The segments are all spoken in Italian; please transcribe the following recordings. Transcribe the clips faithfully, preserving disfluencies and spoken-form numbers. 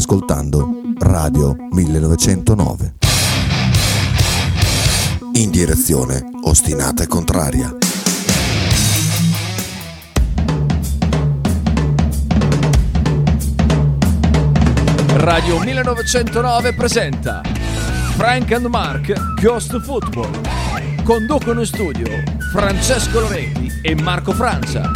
ascoltando Radio millenovecentonove. In direzione ostinata e contraria. Radio millenovecentonove presenta Frank and Mark Ghost Football. Conducono in studio Francesco Loretti e Marco Francia.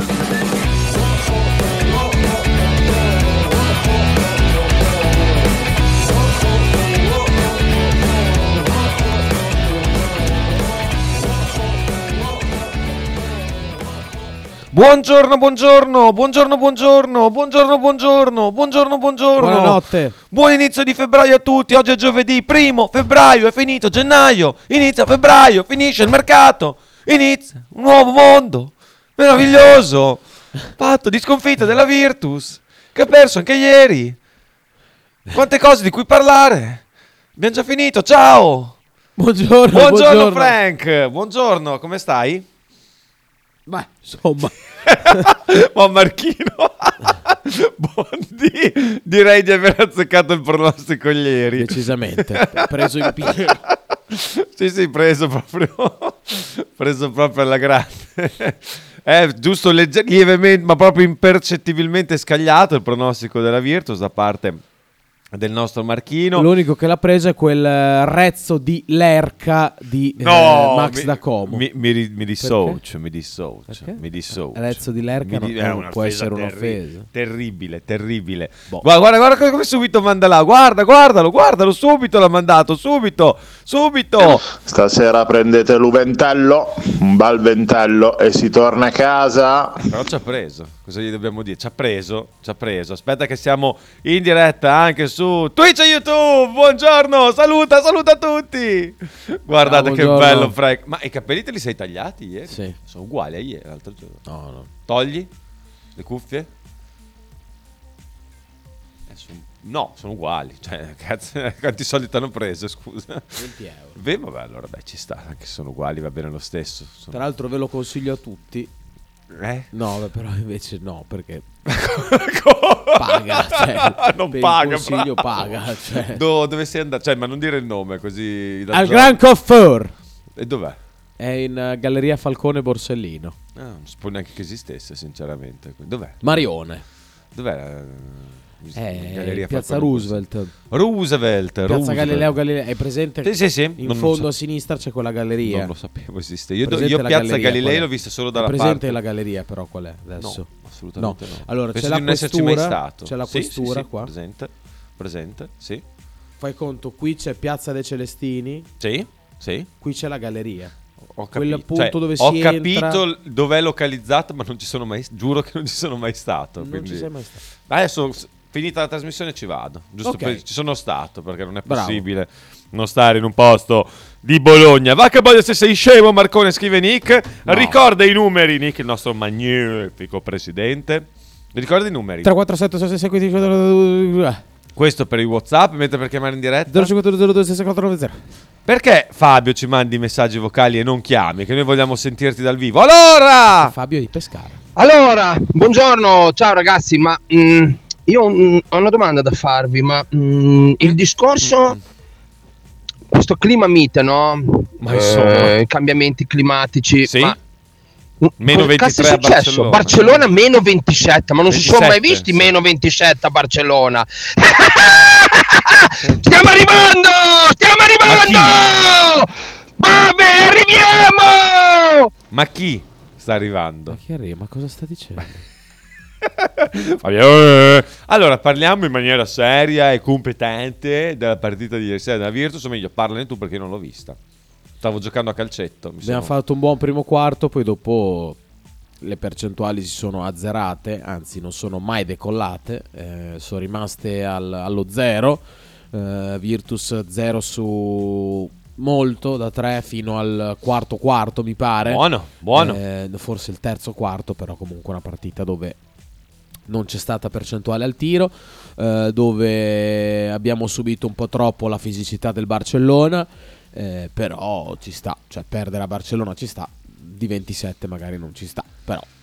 Buongiorno, buongiorno, buongiorno, buongiorno, buongiorno, buongiorno, buongiorno, buongiorno. Buonanotte. Buon inizio di febbraio a tutti. Oggi è giovedì, primo febbraio, è finito gennaio, inizia febbraio, finisce il mercato, inizia un nuovo mondo meraviglioso, fatto di sconfitta della Virtus, che ha perso anche ieri. Quante cose di cui parlare. Abbiamo già finito, ciao. Buongiorno, Buongiorno, buongiorno. Frank, buongiorno, come stai? Beh, insomma. Ma Marchino, Bondi, direi di aver azzeccato il pronostico ieri. Decisamente, preso in pieno. Sì, sì, preso proprio, preso proprio alla grande. È giusto legge- lievemente, ma proprio impercettibilmente scagliato il pronostico della Virtus da parte del nostro Marchino. L'unico che l'ha preso è quel rezzo di Lerca di No, eh, Max mi, da Como. Mi, mi, ri- mi dissocio, mi dissocio, Perché? mi dissocio. Rezzo di Lerca Mi di- non- è non un'offesa può essere terri- un'offesa. Terribile, terribile. Boh. Guarda, guarda, guarda come subito manda là. Guarda, guardalo, guardalo, subito l'ha mandato, subito, subito. Stasera prendete l'uventello, un bel ventello e si torna a casa. Però ci ha preso, cosa gli dobbiamo dire? Ci ha preso, ci ha preso. Aspetta che siamo in diretta anche su Twitch e YouTube. Buongiorno, saluta, saluta tutti. Guardate Ciao, che buongiorno. bello, Frank. Ma i capelli te li sei tagliati ieri? Sì. Sono uguali a ieri, l'altro giorno. No, no. Togli le cuffie? Eh, son- No, sono uguali. Cioè, cazzo, quanti soldi ti hanno preso, scusa? venti euro. Beh, vabbè, allora dai, ci sta, anche se sono uguali, va bene lo stesso. Sono- Tra l'altro ve lo consiglio a tutti. Eh? No, beh, però invece no, perché Paga, paga, cioè, non per il paga, consiglio bravo. paga, cioè. Do- dove sei andato? Cioè, ma non dire il nome così. da Al giorno. Grand Coiffeur. E dov'è? È in eh, Galleria Falcone Borsellino. Ah, non sapevo neanche che esistesse, sinceramente. Dov'è? Marione. Dov'è la È Galleria Piazza Falcone Roosevelt. Roosevelt. Piazza Roosevelt. Galileo Galilei. È presente? Sì, sì, sì. In Non fondo lo a so- sinistra c'è quella galleria. Non lo sapevo esiste. Io, do- Presente io la Piazza galleria, Galilei qual è? l'ho vista solo È dalla presente parte. la galleria, però qual è adesso? No, assolutamente no. Allora Penso c'è la di non esserci mai questura, stato. c'è la Sì, sì, questura sì, qua. Presente, presente, sì. Fai conto, qui c'è Piazza dei Celestini, Sì, sì. qui c'è la galleria. Ho Quel capito. punto Cioè, dove si ho entra- capito l- dov'è localizzato, ma non ci sono mai. Giuro che non ci sono mai stato. Non quindi- ci sei mai stato. Adesso, s- finita la trasmissione, ci vado. Giusto Ok. per- ci sono stato perché non è Bravo. possibile non stare in un posto di Bologna. Va che voglio se sei scemo, Marcone, scrive Nick. No. Ricorda i numeri, Nick, il nostro magnifico presidente. Ricorda i numeri. tre quattro sette sei sei quindici Questo per i WhatsApp, mentre per chiamare in diretta. zero cinque zero due sei quattro nove zero. Perché Fabio ci mandi i messaggi vocali e non chiami? Che noi vogliamo sentirti dal vivo. Allora! Fabio di Pescara. Allora, buongiorno, ciao ragazzi, ma mm, io mm, ho una domanda da farvi, ma mm, il discorso, questo clima mite, no? Ma insomma. Eh, cambiamenti climatici, Sì? ma Meno cosa cazzo ventitré è a successo? Barcellona. meno ventisette, ma non si sono mai ventisette, visti sì. meno ventisette a Barcellona. Stiamo arrivando! Stiamo arrivando! Vabbè, arriviamo! Ma chi sta arrivando? Ma chi arriva? Ma cosa sta dicendo? Fabio, eh. Allora, parliamo in maniera seria e competente della partita di ieri sera della Virtus. O meglio, parlane tu perché non l'ho vista. Stavo giocando a calcetto. Mi Abbiamo sono- fatto un buon primo quarto, poi dopo le percentuali si sono azzerate, anzi non sono mai decollate, eh, sono rimaste al- allo zero. eh, Virtus zero su molto, da tre fino al quarto quarto mi pare. Buono, buono. Eh, forse il terzo quarto, però comunque una partita dove non c'è stata percentuale al tiro, eh, dove abbiamo subito un po' troppo la fisicità del Barcellona, eh, però ci sta, cioè perdere a Barcellona ci sta, di ventisette magari non ci sta, però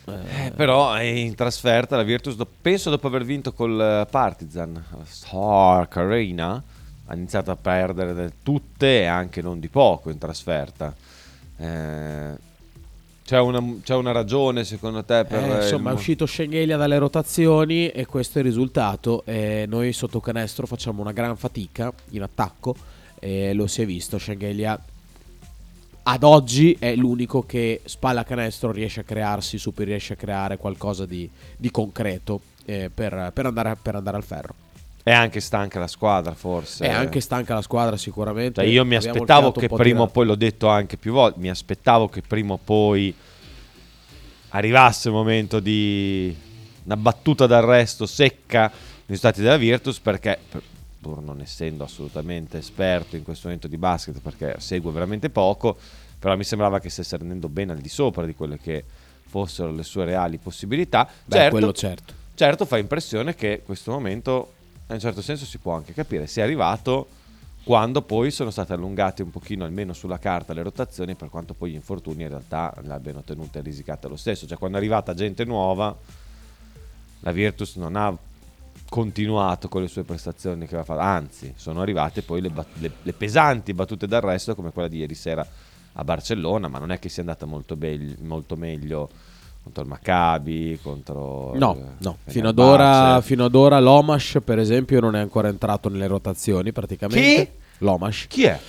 Eh, però in trasferta la Virtus, do- penso dopo aver vinto col Partizan, Stark Arena, ha iniziato a perdere del tutte e anche non di poco in trasferta. Eh, c'è, una, c'è una ragione secondo te per... Eh, insomma, il... è uscito Schengelia dalle rotazioni e questo è il risultato. E noi sotto canestro facciamo una gran fatica in attacco e lo si è visto. Schengelia ad oggi è l'unico che spalla canestro riesce a crearsi, super riesce a creare qualcosa di, di concreto eh, per, per, andare, per andare al ferro. È anche stanca la squadra, forse. È anche stanca la squadra sicuramente. Cioè, io mi Abbiamo aspettavo il fiato che un po' prima o tirato. poi, l'ho detto anche più volte, mi aspettavo che prima o poi arrivasse il momento di una battuta d'arresto secca negli stati della Virtus, perché pur non essendo assolutamente esperto in questo momento di basket, perché seguo veramente poco, però mi sembrava che stesse rendendo bene al di sopra di quelle che fossero le sue reali possibilità. Beh, certo, quello certo. certo fa impressione che questo momento in un certo senso si può anche capire, sia arrivato quando poi sono state allungate un pochino, almeno sulla carta, le rotazioni, per quanto poi gli infortuni in realtà le abbiano tenute risicate lo stesso. Cioè, quando è arrivata gente nuova, la Virtus non ha continuato con le sue prestazioni che aveva fatto, anzi sono arrivate poi le, bat- le, le pesanti battute d'arresto come quella di ieri sera a Barcellona, ma non è che sia andata molto, be- molto meglio contro il Maccabi, contro No, eh, no. Fenerbahce. Fino ad ora, fino ad ora l'Omash, per esempio, non è ancora entrato nelle rotazioni praticamente. Chi? L'Omash. Chi è?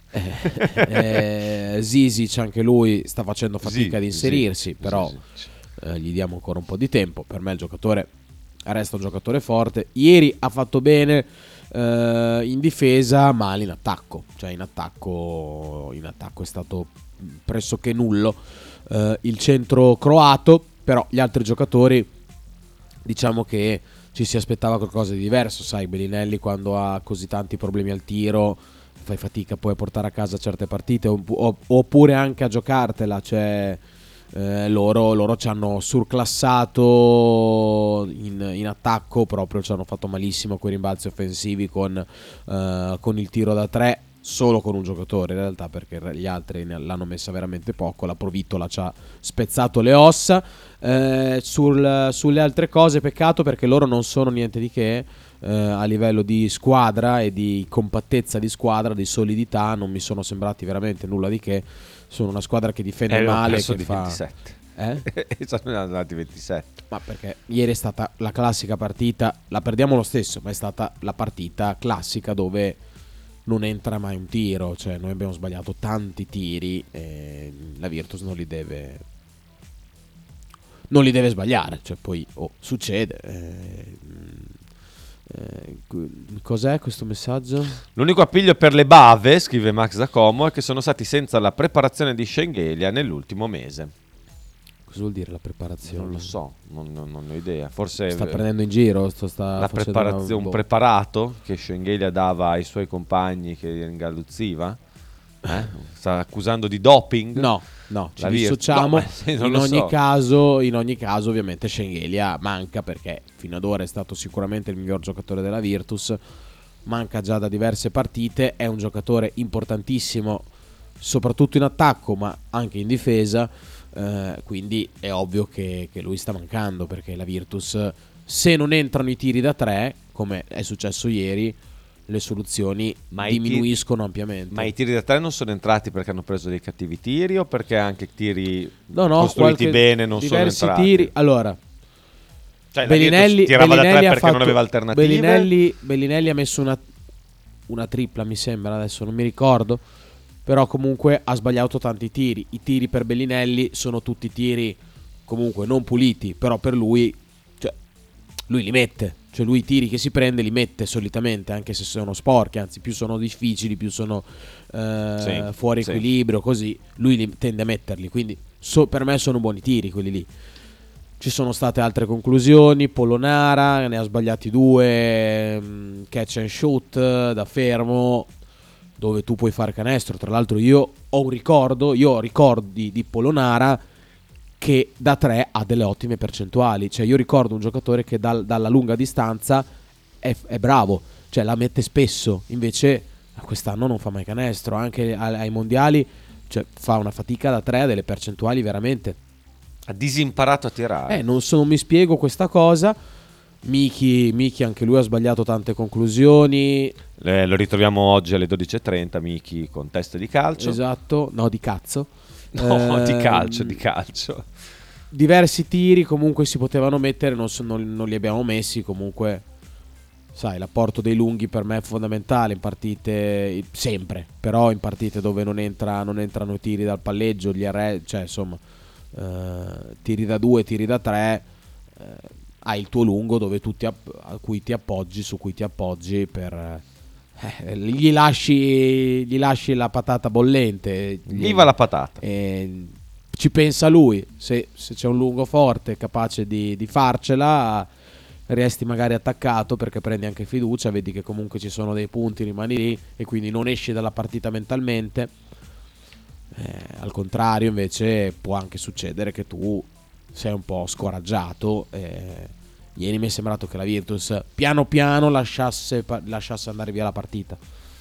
Eh, eh, Zizic anche lui sta facendo fatica Sì, ad inserirsi, sì, però sì, sì. eh, gli diamo ancora un po' di tempo. Per me il giocatore resta un giocatore forte. Ieri ha fatto bene eh, in difesa, male in attacco. Cioè in attacco, in attacco è stato pressoché nullo eh, il centro croato, però gli altri giocatori diciamo che ci si aspettava qualcosa di diverso. Sai, Bellinelli quando ha così tanti problemi al tiro fai fatica poi a portare a casa certe partite, opp- oppure anche a giocartela. Cioè eh, loro, loro ci hanno surclassato in, in attacco, proprio ci hanno fatto malissimo quei rimbalzi offensivi con, eh, con il tiro da tre, solo con un giocatore in realtà, perché gli altri ne- l'hanno messa veramente poco. La Provittola ci ha spezzato le ossa. Eh, sul- sulle altre cose peccato, perché loro non sono niente di che eh, a livello di squadra e di compattezza di squadra, di solidità, non mi sono sembrati veramente nulla di che. Sono una squadra che difende Eh, male, perso che di fa ventisette. eh? E sono andati ventisette. Ma perché ieri è stata la classica partita, la perdiamo lo stesso, ma è stata la partita classica dove non entra mai un tiro. Cioè noi abbiamo sbagliato tanti tiri e la Virtus non li deve non li deve sbagliare. Cioè poi oh, succede. eh, eh, cos'è questo messaggio? L'unico appiglio per le bave, scrive Max da Como, è che sono stati senza la preparazione di Schengelia nell'ultimo mese. Cosa vuol dire la preparazione? Non lo so, non, non- non ho idea. Forse Sta eh, prendendo in giro? Sto- sta la facendo preparazione, una- un preparato che Schengelia dava ai suoi compagni che ingalluzziva? Eh? Sta accusando di doping? No, no, ci La Vir- dissociamo. No, sì, non in, lo ogni so. caso, in ogni caso, ovviamente, Schengelia manca, perché fino ad ora è stato sicuramente il miglior giocatore della Virtus. Manca già da diverse partite. È un giocatore importantissimo, soprattutto in attacco, ma anche in difesa. Eh, quindi è ovvio che, che lui sta mancando, perché la Virtus, se non entrano i tiri da tre, come è successo ieri, le soluzioni Ma i diminuiscono ampiamente. Ma i tiri da tre non sono entrati perché hanno preso dei cattivi tiri o perché anche tiri No, no, costruiti qualche- bene non sono diversi entrati? tiri. Allora, Cioè, la Bellinelli, Virtus tirava Bellinelli da tre ha perché fatto, non aveva alternative. Bellinelli, Bellinelli ha messo una, una tripla, mi sembra, adesso non mi ricordo. Però comunque ha sbagliato tanti tiri. I tiri per Bellinelli sono tutti tiri comunque non puliti, però per lui, cioè, lui li mette. Cioè lui i tiri che si prende li mette solitamente, anche se sono sporchi, anzi più sono difficili, più sono eh, Sì, fuori sì. equilibrio, così lui li tende a metterli. Quindi so- per me sono buoni tiri quelli lì. Ci sono state altre conclusioni. Polonara ne ha sbagliati due, mh, catch and shoot da fermo, dove tu puoi fare canestro. Tra l'altro io ho un ricordo, io ho ricordi di Polonara che da tre ha delle ottime percentuali. Cioè io ricordo un giocatore che dal- dalla lunga distanza è, è bravo, cioè la mette spesso. Invece quest'anno non fa mai canestro, anche ai, ai mondiali, cioè fa una fatica da tre, ha delle percentuali veramente Ha disimparato a tirare. Eh, non, so, non mi spiego questa cosa. Miki, Miki anche lui ha sbagliato tante conclusioni. Eh, lo ritroviamo oggi alle dodici e trenta, Miki con test di calcio. Esatto, no, di cazzo. No, Eh, di calcio, di calcio. Diversi tiri comunque si potevano mettere, non, so- non- non li abbiamo messi. Comunque, sai, l'apporto dei lunghi per me è fondamentale in partite, sempre. Però in partite dove non, entra, non entrano tiri dal palleggio, gli arre- cioè insomma, eh, tiri da due, tiri da tre, eh, hai il tuo lungo dove tu ti app- a cui ti appoggi, su cui ti appoggi per... eh, gli, lasci, gli lasci la patata bollente. Gli- Viva la patata. e ci pensa lui. Se, se c'è un lungo forte capace di, di farcela, resti magari attaccato perché prendi anche fiducia, vedi che comunque ci sono dei punti, rimani lì e quindi non esci dalla partita mentalmente. Eh, al contrario invece può anche succedere che tu sei un po' scoraggiato. eh, ieri mi è sembrato che la Virtus piano piano lasciasse, pa- lasciasse andare via la partita.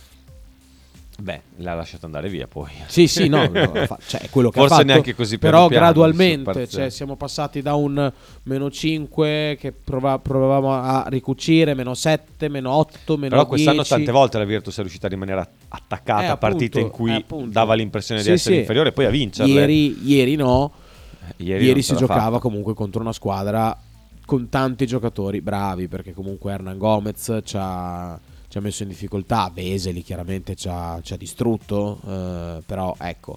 Beh, l'ha lasciato andare via poi. Sì, sì, no, no, fa- cioè, è quello che Forse ha fatto, neanche così piano però piano, gradualmente, sul cioè, siamo passati da un meno cinque che prova- provavamo a ricucire, meno sette, meno otto, meno Però quest'anno dieci. tante volte la Virtus è riuscita a rimanere attaccata Eh, a partite in appunto, cui eh, appunto. dava l'impressione di Sì, essere sì. inferiore e poi a vincerle. Ieri, ieri no, Ieri, ieri, non si ce l'ha giocava fatta. comunque contro una squadra con tanti giocatori bravi, perché comunque Hernan Gomez ci ha, ci ha messo in difficoltà, Veseli chiaramente ci ha, ci ha distrutto, eh, però ecco,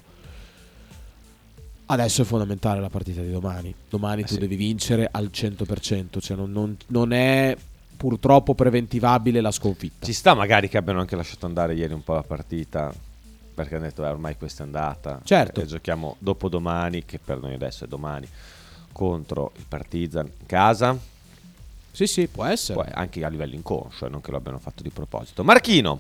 adesso è fondamentale la partita di domani. Domani Eh tu sì. devi vincere al cento per cento, cioè non, non- non è purtroppo preventivabile la sconfitta. Ci sta magari che abbiano anche lasciato andare ieri un po' la partita, perché hanno detto "Eh, ormai questa è andata, Certo. e giochiamo dopo domani, che per noi adesso è domani, contro il Partizan in casa". Sì, sì, può essere. Poi anche a livello inconscio, eh, non che lo abbiano fatto di proposito. Marchino.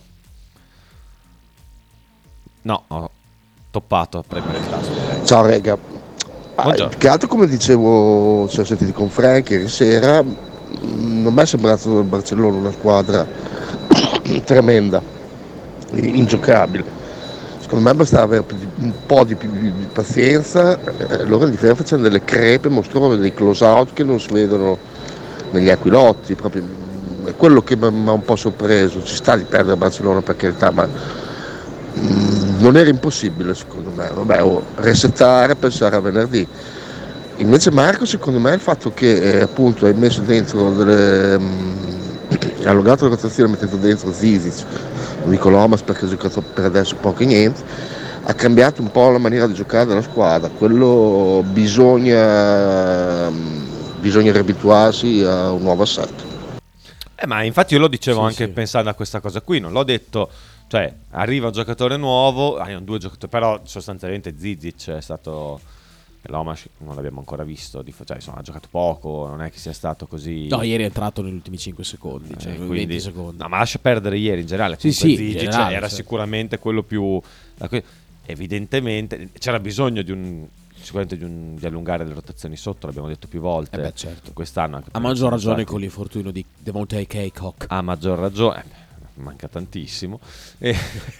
No, ho toppato a premere il tasto. direi. Ciao rega, ah, Buongiorno. più che altro come dicevo, ci ho sentito con Frank ieri sera, mh, non mi è sembrato il Barcellona una squadra tremenda, ingiocabile. Secondo me bastava avere più di- un po' di, più di pazienza, eh, loro in difesa facevano delle crepe mostruose, dei close out che non si vedono negli aquilotti, proprio, mh, è quello che mi mi ha un po' sorpreso. Ci sta di perdere Barcellona per carità, ma Mm, non era impossibile secondo me. Vabbè, o resettare, pensare a venerdì. Invece Marco, secondo me, il fatto che eh, appunto hai messo dentro delle mm, ha allungato la rotazione mettendo dentro Zizic, Nico Lomas perché ha giocato per adesso poco e niente, ha cambiato un po' la maniera di giocare della squadra. Quello bisogna mm, bisogna riabituarsi a un nuovo assetto. Eh, ma infatti io lo dicevo Sì, anche sì. pensando a questa cosa qui, non l'ho detto, cioè arriva un giocatore nuovo, ah, due giocatori, però sostanzialmente Zizic è stato, e Lomas non l'abbiamo ancora visto, di- cioè insomma ha giocato poco, non è che sia stato così... No, ieri è entrato negli ultimi cinque secondi, cioè Eh, venti quindi- secondi. No, ma lascia perdere ieri in generale. Sì, Comunque sì, in Zizic generale, era sì. sicuramente quello più... da que- Evidentemente c'era bisogno di un... sicuramente di, un- di allungare le rotazioni sotto, l'abbiamo detto più volte. Eh beh, certo. Quest'anno anche A perché maggior sono ragione stati- con l'infortunio di Devontae Kaycock. A maggior ragione, eh, manca tantissimo. E-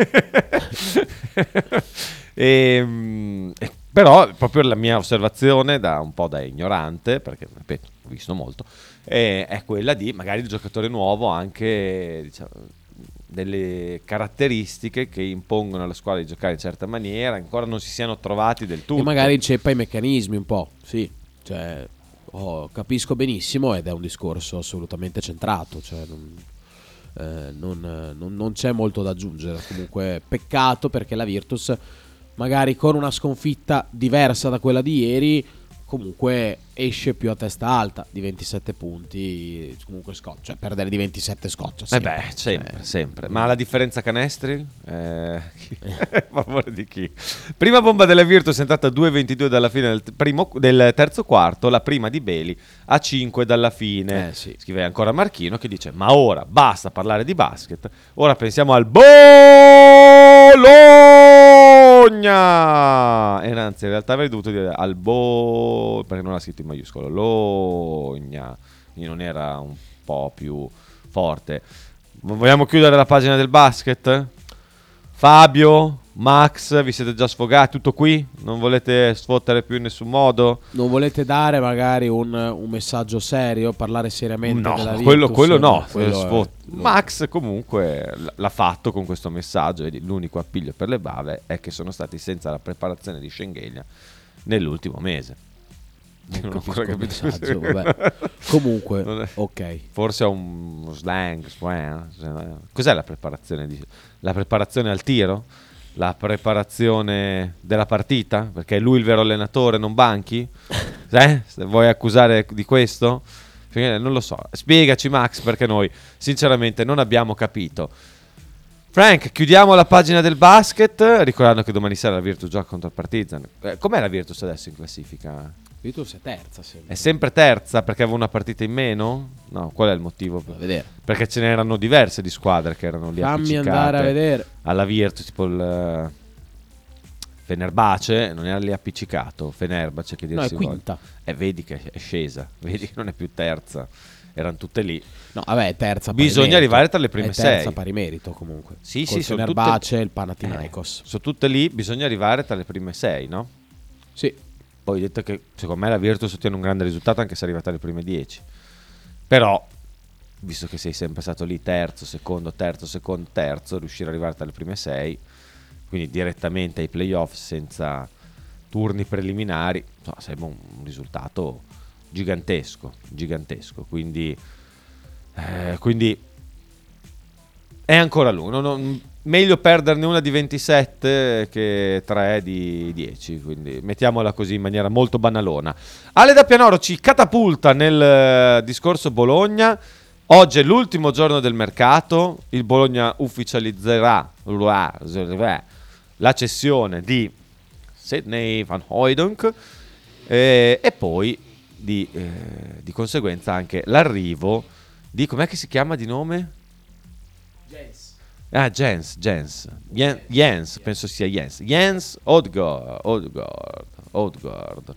Ehm, e- però proprio la mia osservazione, da un po' da ignorante, perché ripeto, ho visto molto, è, è quella di magari il giocatore nuovo anche diciamo, delle caratteristiche che impongono alla squadra di giocare in certa maniera, ancora non si siano trovati del tutto. E magari inceppa i meccanismi un po', sì. Cioè, oh, capisco benissimo ed è un discorso assolutamente centrato. Cioè, non, eh, non- non- non c'è molto da aggiungere. Comunque, peccato perché la Virtus, magari con una sconfitta diversa da quella di ieri, comunque esce più a testa alta di ventisette punti. Comunque scoccia, cioè perdere di ventisette scoccia. Eh sempre. beh, sempre, Eh, sempre. Ma la differenza canestri? Eh, chi- a favore di chi? Prima bomba della Virtus è entrata a due ventidue dalla fine del, primo, del terzo quarto, la prima di Beli a cinque dalla fine. Eh, sì. Scrive ancora Marchino che dice ma ora basta parlare di basket, ora pensiamo al Bologna! E anzi in realtà avrei dovuto dire al Bo... perché non l'ha scritto in maiuscolo, Logna, quindi non era un po' più forte. Vogliamo chiudere la pagina del basket? Fabio, Max, vi siete già sfogati? Tutto qui? Non volete sfottere più in nessun modo? Non volete dare magari un, un messaggio serio, parlare seriamente No, della Virtus? quello, quello no. quello Sfot- è- Max comunque l- l'ha fatto con questo messaggio. E l'unico appiglio per le bave è che sono stati senza la preparazione di Schengelia nell'ultimo mese. Non ho capisco ancora il capito. messaggio, vabbè. Comunque, Non è- ok. Forse ha un slang. Cos'è la preparazione? Di... La preparazione al tiro? La preparazione della partita? Perché è lui il vero allenatore, non Banchi? Eh? Se vuoi accusare di questo? Non lo so. Spiegaci, Max, perché noi sinceramente non abbiamo capito. Frank, chiudiamo la pagina del basket, ricordando che domani sera la Virtus gioca contro il Partizan. Eh, com'è la Virtus adesso in classifica? Virtus è terza sempre. È sempre terza perché aveva una partita in meno? No, qual è il motivo? A vedere. Perché ce n'erano diverse di squadre che erano lì Fammi appiccicate andare a vedere. alla Virtus, tipo il eh, Fenerbahce, non era lì appiccicato, Fenerbahce che dir No, è si voglia. quinta. E vedi che è scesa, vedi che non è più terza, erano tutte lì. No, vabbè, è terza. pari Bisogna merito. arrivare tra le prime è terza sei. pari merito comunque. Sì, Col sì, sono Fenerbahce e il tutte- Panathinaikos. Sono tutte lì, bisogna arrivare tra le prime sei, no? Sì. Poi detto che secondo me la Virtus ottiene un grande risultato anche se è arrivata alle prime dieci. Però, visto che sei sempre stato lì terzo, secondo, terzo, secondo, terzo, riuscire ad arrivare tra le prime sei, quindi direttamente ai playoff senza turni preliminari, insomma, sembra un risultato gigantesco, gigantesco. Quindi, eh, quindi è ancora lui. Non- non- meglio perderne una di ventisette che tre di dieci, quindi mettiamola così in maniera molto banalona. Ale da Pianoro ci catapulta nel eh, discorso Bologna. Oggi è l'ultimo giorno del mercato, il Bologna ufficializzerà la cessione di Sidney Van Hooijdonk eh, e poi di, eh, di conseguenza anche l'arrivo di, com'è che si chiama di nome? Ah, Jens, Jens, Jen- Jens, penso sia Jens, Jens Odgaard, Odgaard, Odgaard.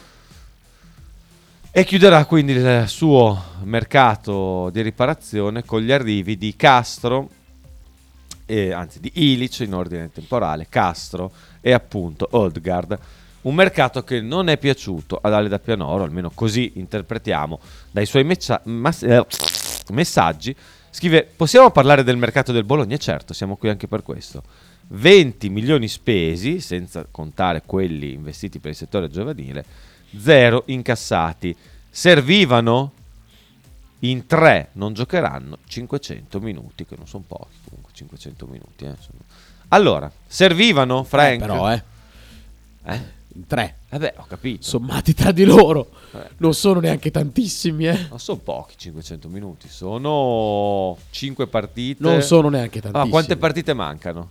E chiuderà quindi il suo mercato di riparazione con gli arrivi di Castro, e, anzi di Ilic in ordine temporale, Castro e appunto Odgaard. Un mercato che non è piaciuto ad Ale da Pianoro, almeno così interpretiamo dai suoi meccia- mas- eh, messaggi. Scrive: possiamo parlare del mercato del Bologna? Certo, siamo qui anche per questo. venti milioni spesi, senza contare quelli investiti per il settore giovanile, zero incassati. Servivano? In tre non giocheranno cinquecento minuti, che non sono pochi comunque, cinquecento minuti. Eh, sono... Allora, servivano, Frank? Eh, però, eh. Eh? In tre. Vabbè, ho capito. Sommati tra di loro. Eh. Non sono neanche tantissimi, eh. Non sono pochi cinquecento minuti, sono cinque partite. Non sono neanche tantissimi. Ah, quante partite mancano?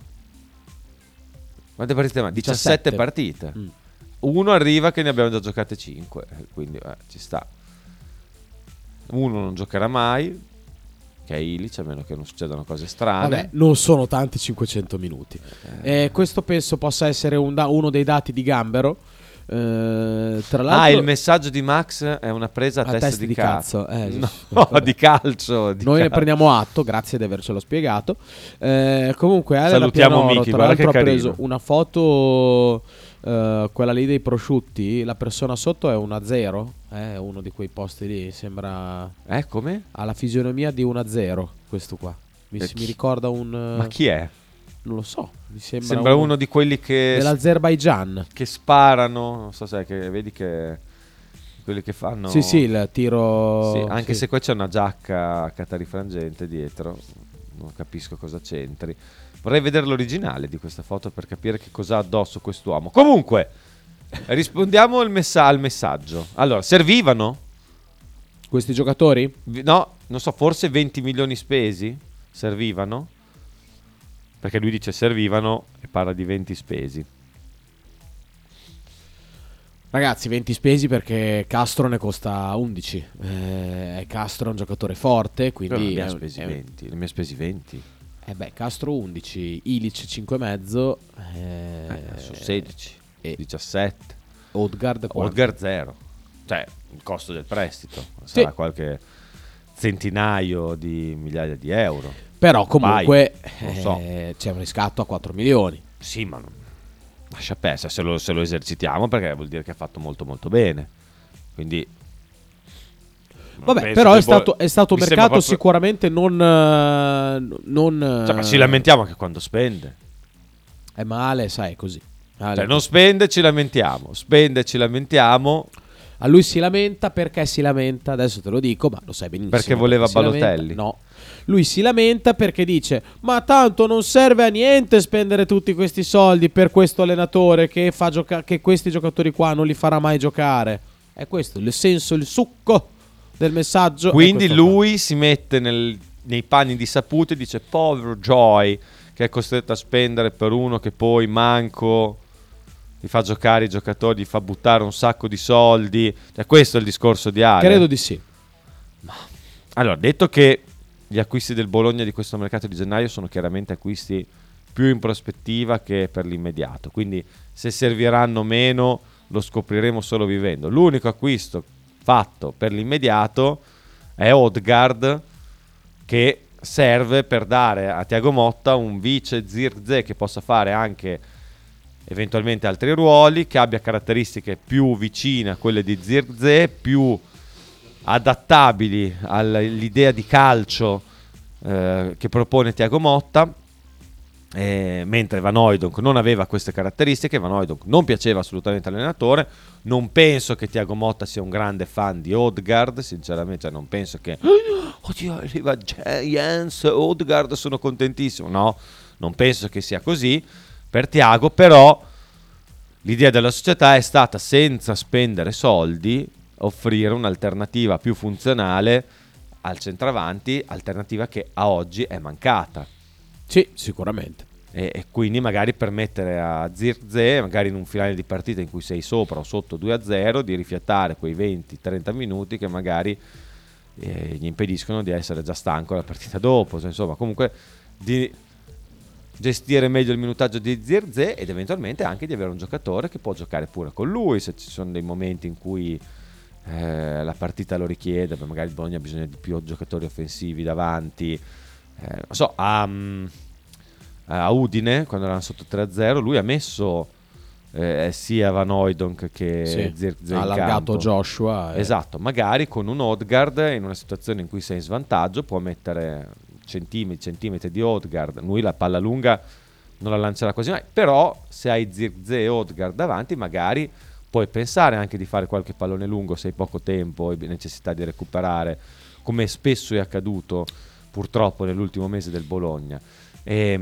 Quante partite mancano? diciassette diciassette. partite. Mm. Uno arriva che ne abbiamo già giocate cinque, quindi eh, ci sta. Uno non giocherà mai, che è Ilic, a meno che non succedano cose strane. Vabbè, non sono tanti cinquecento minuti. Eh, questo penso possa essere un da- uno dei dati di Gambero. Eh, tra l'altro, Ah, il messaggio di Max è una presa a, a testa, testa di, cazzo. Eh, No, vabbè. di calcio. Di Noi ne calcio. prendiamo atto, grazie di avercelo spiegato. Eh, comunque, Ale da Salutiamo Pianoro, Miki, tra guarda l'altro, che ha carino. preso una foto, eh, quella lì dei prosciutti. La persona sotto è una zero, eh, uno di quei posti lì. Sembra Eh, come? ha la fisionomia di una zero. Questo qua mi, Eh, si- chi- mi ricorda un. Ma chi è? Non lo so. Mi sembra, Sembra uno di quelli che, dell'Azerbaigian. che sparano. Non so se è che vedi che quelli che fanno. Sì, sì, il tiro. Sì, anche sì. se qua c'è una giacca catarifrangente dietro, non capisco cosa c'entri. Vorrei vedere l'originale di questa foto per capire che cosa ha addosso quest'uomo. Comunque, rispondiamo al, messa- al messaggio. Allora, servivano? Questi giocatori? Vi- No, non so, forse venti milioni spesi? Servivano? Perché lui dice servivano e parla di venti spesi. Ragazzi, venti spesi perché Castro ne costa undici. Eh, Castro è un giocatore forte, Però quindi ne è abbiamo un- spesi è un- venti. Ne abbiamo spesi venti. Eh beh, Castro undici, Ilic cinque e mezzo, eh, Eh, sono sedici, e diciassette. Odgaard quanto? Odgaard zero. Cioè, il costo del prestito. Sarà Sì. qualche centinaio di migliaia di euro. Però comunque non so. eh, c'è un riscatto a quattro milioni. Sì, ma non- lascia perdere, se lo, se lo esercitiamo, perché vuol dire che ha fatto molto molto bene. Quindi non Vabbè, penso però che è il Bo- stato, è stato un mi sembra mercato proprio- sicuramente non... eh, non Cioè, ma ci lamentiamo anche quando spende. È male, sai, è così. Ale, Cioè, non spende, ci lamentiamo. Spende, ci lamentiamo. A lui si lamenta perché si lamenta, adesso te lo dico, ma lo sai benissimo. Perché voleva si lamenta. Balotelli? No. Lui si lamenta perché dice: ma tanto non serve a niente spendere tutti questi soldi per questo allenatore che fa gioca- che questi giocatori qua non li farà mai giocare. È questo il senso, il succo del messaggio. è Quindi questo qua. lui si mette nel- nei panni di Saputo e dice: povero Joy, che è costretto a spendere per uno che poi manco gli fa giocare i giocatori, gli fa buttare un sacco di soldi. Cioè, questo è il discorso di Ale. Credo di sì. Allora, detto che gli acquisti del Bologna di questo mercato di gennaio sono chiaramente acquisti più in prospettiva che per l'immediato, quindi se serviranno meno lo scopriremo solo vivendo. L'unico acquisto fatto per l'immediato è Odegaard, che serve per dare a Thiago Motta un vice Zirkzee che possa fare anche eventualmente altri ruoli, che abbia caratteristiche più vicine a quelle di Zirkzee, più adattabili all'idea di calcio eh, che propone Thiago Motta, eh, mentre Van Hooijdonk non aveva queste caratteristiche. Van Hooijdonk non piaceva assolutamente all'allenatore. Non penso che Thiago Motta sia un grande fan di Odegaard, sinceramente, cioè non penso che oddio, arriva Jens Odegaard, sono contentissimo. No, non penso che sia così per Thiago, però l'idea della società è stata, senza spendere soldi, offrire un'alternativa più funzionale al centravanti, alternativa che a oggi è mancata. Sì, sicuramente. E, e quindi magari permettere a Zirkzee, magari in un finale di partita in cui sei sopra o sotto due a zero, di rifiattare quei venti trenta minuti che magari eh, gli impediscono di essere già stanco la partita dopo. Cioè, insomma, comunque di gestire meglio il minutaggio di Zirkzee ed eventualmente anche di avere un giocatore che può giocare pure con lui se ci sono dei momenti in cui eh, la partita lo richiede. Beh, magari il Bologna ha bisogno di più giocatori offensivi davanti. Eh, non so, a, a Udine, quando erano sotto tre a zero, lui ha messo eh, sia Van Hooijdonk che Sì. Zirkzee Ha in allargato campo. Joshua. e- Esatto, magari con un Odegaard in una situazione in cui sei in svantaggio può mettere centimetri, centimetri di Odegaard. Lui la palla lunga non la lancerà quasi mai, però se hai Zirkzee e Odegaard davanti magari puoi pensare anche di fare qualche pallone lungo se hai poco tempo e necessità di recuperare, come spesso è accaduto purtroppo nell'ultimo mese del Bologna. E,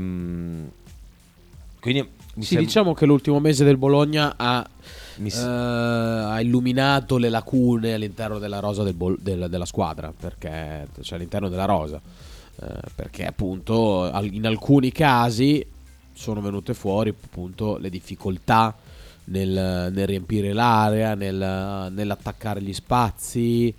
quindi mi Sì, sem- diciamo che l'ultimo mese del Bologna ha, mi s- eh, ha illuminato le lacune all'interno della rosa del Bol- del- della squadra, perché cioè all'interno della rosa, eh, perché appunto al- in alcuni casi sono venute fuori appunto le difficoltà nel, nel riempire l'area, nel, nell'attaccare gli spazi,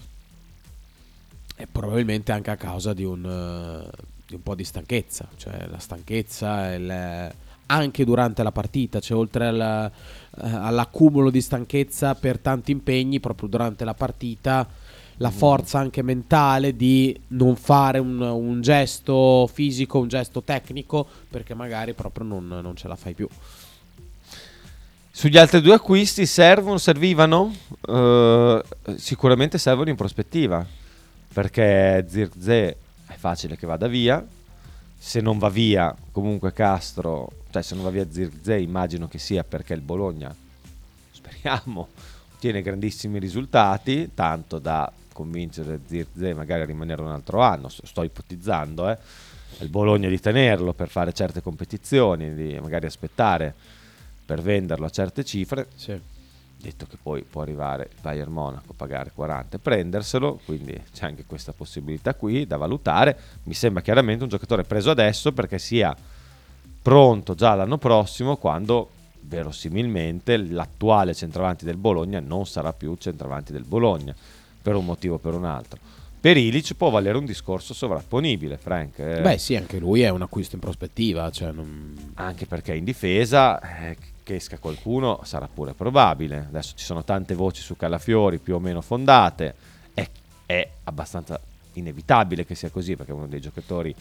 e probabilmente anche a causa di un, eh, di un po' di stanchezza, cioè la stanchezza il, anche durante la partita, cioè oltre al, eh, all'accumulo di stanchezza per tanti impegni proprio durante la partita, la forza anche mentale di non fare un, un gesto fisico, un gesto tecnico, perché magari proprio non, non ce la fai più. Sugli altri due acquisti servono, servivano? Eh, sicuramente servono in prospettiva, perché Zirkzee è facile che vada via. Se non va via comunque Castro, cioè se non va via Zirkzee, immagino che sia perché il Bologna, speriamo, ottiene grandissimi risultati, tanto da convincere Zirkzee magari a rimanere un altro anno. Sto ipotizzando eh, il Bologna di tenerlo per fare certe competizioni, di magari aspettare per venderlo a certe cifre. Sì. Detto che poi può arrivare il Bayern Monaco, pagare quaranta e prenderselo, quindi c'è anche questa possibilità qui da valutare. Mi sembra chiaramente un giocatore preso adesso perché sia pronto già l'anno prossimo, quando verosimilmente l'attuale centravanti del Bologna non sarà più centravanti del Bologna, per un motivo o per un altro. Per Ilic può valere un discorso sovrapponibile, Frank. eh. Beh sì, anche lui è un acquisto in prospettiva, cioè non... Anche perché in difesa eh, che esca qualcuno sarà pure probabile. Adesso ci sono tante voci su Calafiori più o meno fondate, è, è abbastanza inevitabile che sia così perché è uno dei giocatori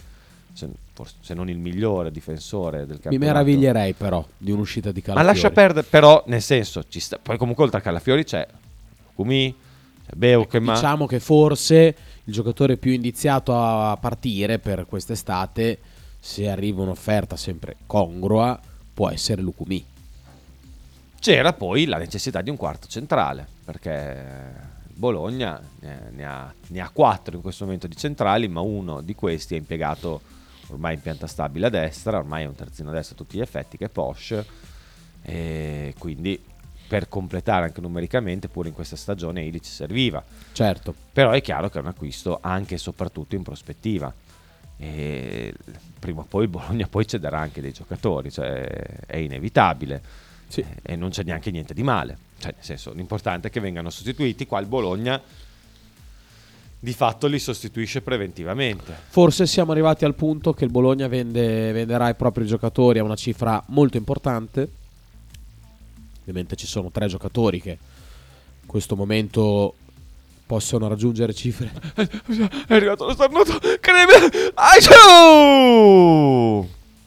se, forse, se non il migliore difensore del Mi campionato. meraviglierei però di un'uscita di Ma Calafiori. lascia perdere, però nel senso ci sta, poi comunque oltre a Calafiori c'è Kumi, c'è Beukema. Diciamo che forse il giocatore più indiziato a partire per quest'estate, se arriva un'offerta sempre congrua, può essere Lukumi. C'era poi la necessità di un quarto centrale, perché Bologna ne, ne, ha, ne ha quattro in questo momento di centrali, ma uno di questi è impiegato ormai in pianta stabile a destra, ormai è un terzino a destra a tutti gli effetti, che è Posch, e quindi per completare anche numericamente pure in questa stagione Ilic serviva. Certo. Però è chiaro che è un acquisto anche e soprattutto in prospettiva, e prima o poi il Bologna poi cederà anche dei giocatori, cioè è inevitabile. Sì. E non c'è neanche niente di male, cioè nel senso l'importante è che vengano sostituiti. Qua il Bologna di fatto li sostituisce preventivamente. Forse siamo arrivati al punto che il Bologna vende, venderà i propri giocatori a una cifra molto importante. Ovviamente ci sono tre giocatori che in questo momento possono raggiungere cifre. È arrivato lo starnuto. Aiu!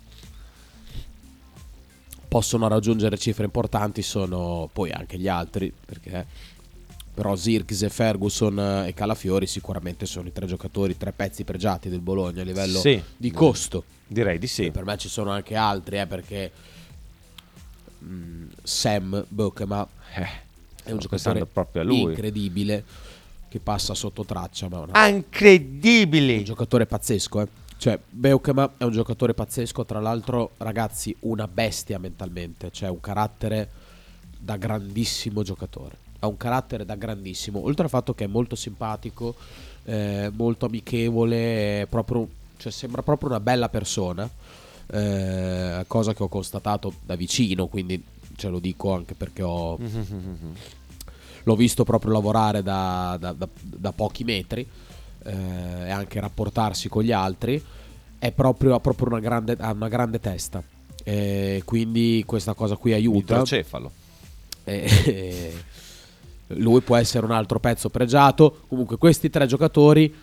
Possono raggiungere cifre importanti, sono poi anche gli altri, perché però Zirkzee, Ferguson e Calafiori sicuramente sono i tre giocatori, tre pezzi pregiati del Bologna a livello Sì, di costo. direi di sì. E per me ci sono anche altri, eh, perché mh, Sam Beukema Eh, è un sto giocatore pensando proprio a lui. incredibile, che passa sotto traccia, ma è una- un Incredibili. giocatore pazzesco, eh. Cioè Beukema è un giocatore pazzesco, tra l'altro ragazzi una bestia mentalmente, cioè un carattere da grandissimo giocatore, ha un carattere da grandissimo, oltre al fatto che è molto simpatico, eh, molto amichevole, è proprio, cioè sembra proprio una bella persona, eh, cosa che ho constatato da vicino, quindi ce lo dico anche perché ho l'ho visto proprio lavorare da, da, da, da pochi metri, eh, e anche rapportarsi con gli altri. È proprio, ha proprio una grande, ha una grande testa, e quindi questa cosa qui aiuta. Idrocefalo. E, lui può essere un altro pezzo pregiato. Comunque questi tre giocatori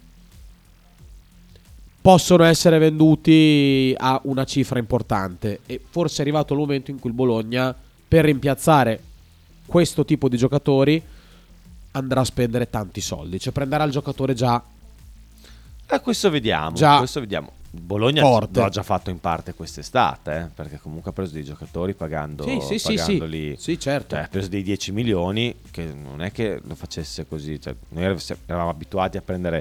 possono essere venduti a una cifra importante, e forse è arrivato il momento in cui il Bologna, per rimpiazzare questo tipo di giocatori, andrà a spendere tanti soldi, cioè prenderà il giocatore già Eh, questo vediamo. Già questo vediamo. Bologna forte. lo ha già fatto in parte quest'estate, eh, perché comunque ha preso dei giocatori pagando, Sì, sì, sì, sì. pagandoli. Sì, certo. Cioè, ha preso dei dieci milioni, che non è che lo facesse così. Cioè, noi eravamo abituati a prendere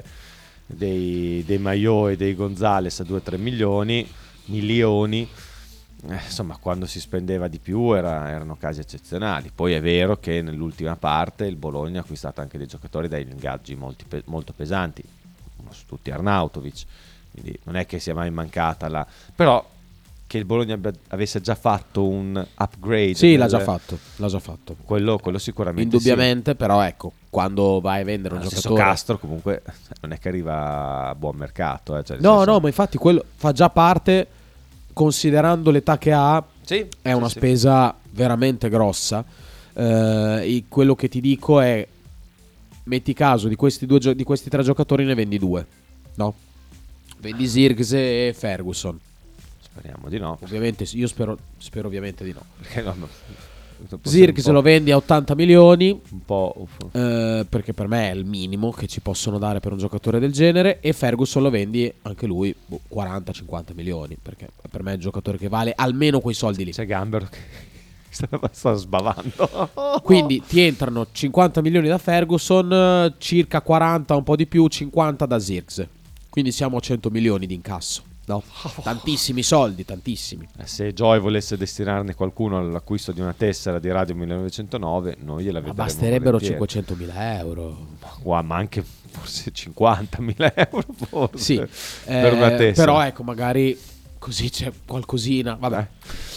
dei, dei Maillot e dei Gonzales a due tre milioni, milioni. Eh, insomma, quando si spendeva di più era, erano casi eccezionali. Poi è vero che nell'ultima parte il Bologna ha acquistato anche dei giocatori dai ingaggi molti pe- molto pesanti, su tutti Arnautovic, quindi non è che sia mai mancata la... però che il Bologna abbia, avesse già fatto un upgrade. Sì, nel- l'ha già fatto, l'ha già fatto. Quello, quello sicuramente Indubbiamente, però ecco, quando vai a vendere sì. un Lo stesso giocatore... Castro comunque non è che arriva a buon mercato, eh, cioè, nel No, senso- no, ma infatti quello fa già parte, considerando l'età che ha, Sì, è una sì, sì. spesa veramente grossa. Eh, e quello che ti dico è, metti caso di questi, due gio- di questi tre giocatori ne vendi due, no? Vendi Zirkzee e Ferguson. Speriamo di no, Ovviamente io spero, spero ovviamente di no. perché no, no, dopo Zirkzee sei un lo po'- vendi a ottanta milioni, un po' eh, perché per me è il minimo che ci possono dare per un giocatore del genere, e Ferguson lo vendi anche lui boh, quaranta cinquanta milioni, perché per me è un giocatore che vale almeno quei soldi lì. c'è Gambero che sta, sta sbavando. Quindi ti entrano cinquanta milioni da Ferguson, eh, circa quaranta, un po' di più, cinquanta da Zirkzee. Quindi siamo a cento milioni di incasso, no? Tantissimi soldi, tantissimi. Eh, Se Joy volesse destinarne qualcuno all'acquisto di una tessera di Radio millenovecentonove, noi gliela Ma vedremo. basterebbero volentieri. cinquecentomila euro. Qua, ma anche forse cinquantamila euro forse, Sì, per eh, una tessera. però ecco, magari così c'è qualcosina. Vabbè.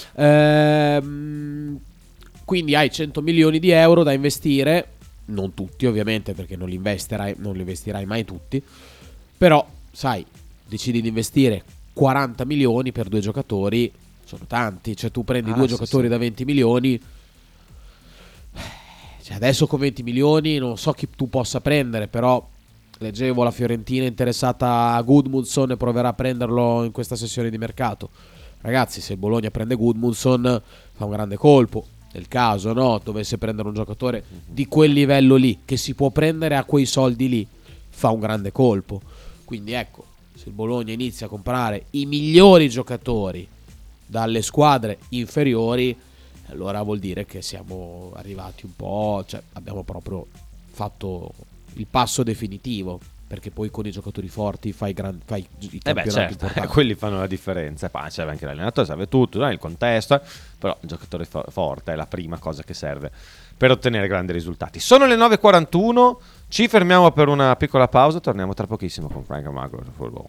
Ehm, quindi hai cento milioni di euro da investire, non tutti ovviamente, perché non li investirai, non li investirai mai tutti. Però, sai, decidi di investire quaranta milioni per due giocatori, sono tanti. Cioè tu prendi Ah, due sì, giocatori sì. da venti milioni. Cioè adesso con venti milioni non so chi tu possa prendere, però Leggevo la Fiorentina interessata a Gudmundsson e proverà a prenderlo in questa sessione di mercato. Ragazzi, se il Bologna prende Gudmundsson fa un grande colpo. Nel caso, no, dovesse prendere un giocatore di quel livello lì, che si può prendere a quei soldi lì, fa un grande colpo. Quindi ecco, se il Bologna inizia a comprare i migliori giocatori dalle squadre inferiori, allora vuol dire che siamo arrivati un po', cioè abbiamo proprio fatto il passo definitivo, perché poi con i giocatori forti fai, gran, fai i campionati eh beh, certo, importanti. quelli fanno la differenza. Poi serve anche l'allenatore, serve tutto, no? Il contesto, però il giocatore fo- forte è la prima cosa che serve per ottenere grandi risultati. Sono le nove e quarantuno, ci fermiamo per una piccola pausa, torniamo tra pochissimo con Frank and Marco Football.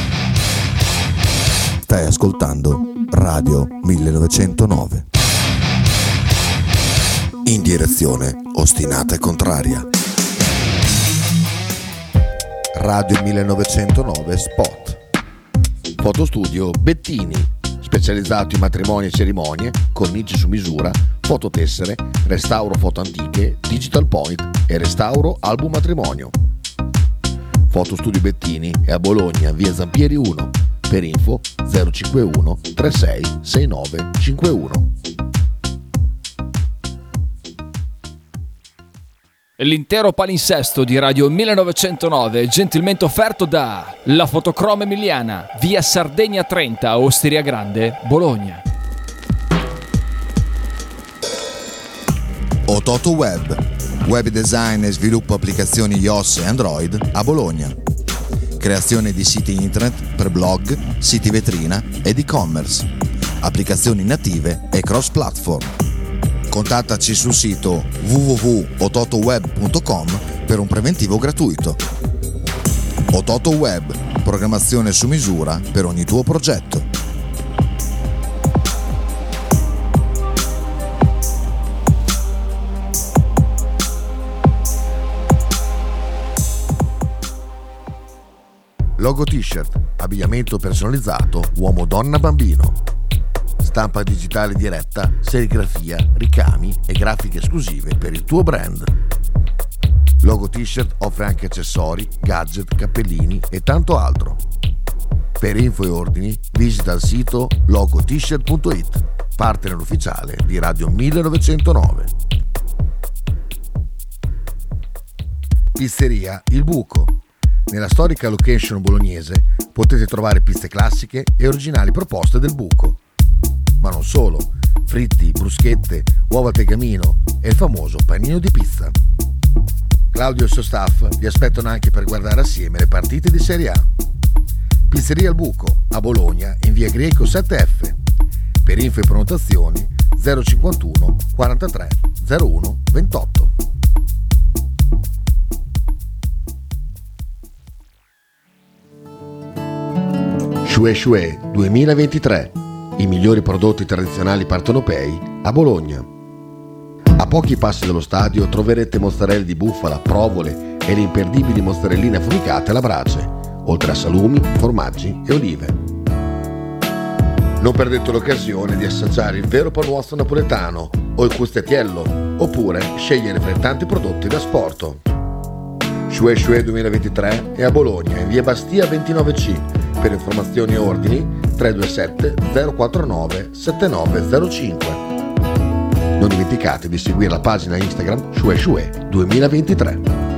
Stai ascoltando Radio millenovecentonove. In direzione ostinata e contraria. Radio millenovecentonove Spot. Fotostudio Bettini, specializzato in matrimoni e cerimonie, cornici su misura, fototessere, restauro foto antiche, digital point e restauro album matrimonio. Fotostudio Bettini è a Bologna, via Zampieri uno. Per info zero cinquantuno trentasei sessantanove cinquantuno. L'intero palinsesto di Radio millenovecentonove è gentilmente offerto da La Fotocroma Emiliana, via Sardegna trenta, Osteria Grande, Bologna. Ototo Web, web design e sviluppo applicazioni iOS e Android a Bologna. Creazione di siti internet per blog, siti vetrina ed e-commerce, applicazioni native e cross-platform. Contattaci sul sito w w w punto ototoweb punto com per un preventivo gratuito. Ototo Web, programmazione su misura per ogni tuo progetto. Logo t-shirt, abbigliamento personalizzato, uomo, donna, bambino. Stampa digitale diretta, serigrafia, ricami e grafiche esclusive per il tuo brand. Logo T-shirt offre anche accessori, gadget, cappellini e tanto altro. Per info e ordini visita il sito logo t shirt punto it, partner ufficiale di Radio millenovecentonove. Pizzeria Il Buco. Nella storica location bolognese potete trovare pizze classiche e originali proposte del Buco. Ma non solo, fritti, bruschette, uova al tegamino e il famoso panino di pizza. Claudio e il suo staff vi aspettano anche per guardare assieme le partite di Serie A. Pizzeria Il Buco, a Bologna, in via Greco sette F. Per info e prenotazioni zero cinquantuno quarantatré zero uno ventotto. Shue Shue duemilaventitré. I migliori prodotti tradizionali partenopei a Bologna. A pochi passi dallo stadio troverete mozzarella di bufala, provole e le imperdibili mozzarelline affumicate alla brace, oltre a salumi, formaggi e olive. Non perdete l'occasione di assaggiare il vero panuozzo napoletano o il custettiello, oppure scegliere fra i tanti prodotti da sport. Shue Shue duemilaventitré è a Bologna, in via Bastia ventinove C. Per informazioni e ordini tre due sette zero quattro nove sette nove zero cinque. Non dimenticate di seguire la pagina Instagram Shue Shue duemilaventitré.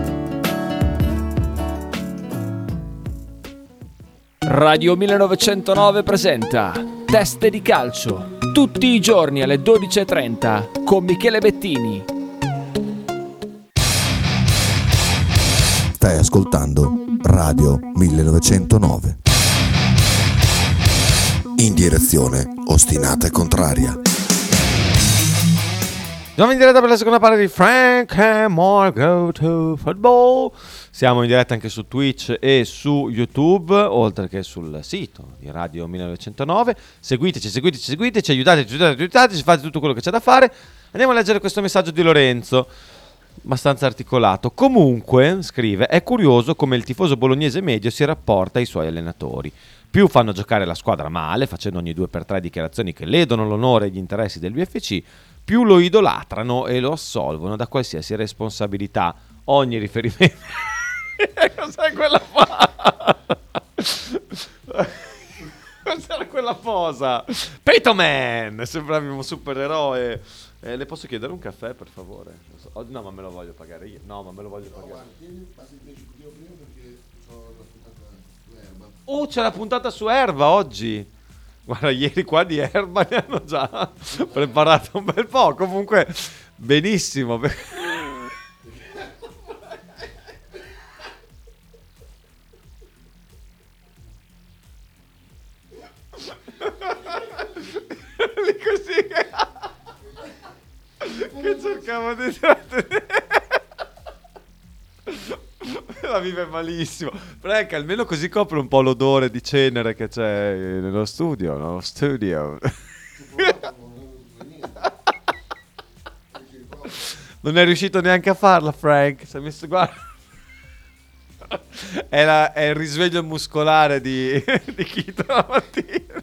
Radio millenovecentonove presenta Teste di calcio, tutti i giorni alle dodici e trenta con Michele Bettini. Stai ascoltando Radio millenovecentonove. In direzione ostinata e contraria. Siamo in diretta per la seconda parte di Frank and Mark Go to Football. Siamo in diretta anche su Twitch e su YouTube, oltre che sul sito di Radio millenovecentonove. Seguiteci, seguiteci, seguiteci, aiutateci, aiutateci, aiutateci, fate tutto quello che c'è da fare. Andiamo a leggere questo messaggio di Lorenzo, abbastanza articolato. Comunque, scrive, è curioso come il tifoso bolognese medio si rapporta ai suoi allenatori. Più fanno giocare la squadra male, facendo ogni due per tre dichiarazioni che ledono l'onore e gli interessi del V F C, più lo idolatrano e lo assolvono da qualsiasi responsabilità. Ogni riferimento Cos'è quella fa? Cos'era quella posa? Petoman! Sembravi un supereroe. Eh, le posso chiedere un caffè, per favore? Oh, no, ma me lo voglio pagare io. No, ma me lo voglio pagare. Oh, c'è la puntata su Erba oggi. Guarda, ieri qua di Erba ne hanno già preparato un bel po'. Comunque, benissimo. Lì così che, che cercavo di trattenere. La vive malissimo. Frank, almeno così copre un po' l'odore di cenere che c'è nello studio, no? Studio. Non è riuscito neanche a farla, Frank. Si è messo, guarda. È, la, è il risveglio muscolare di, di Chito la mattina.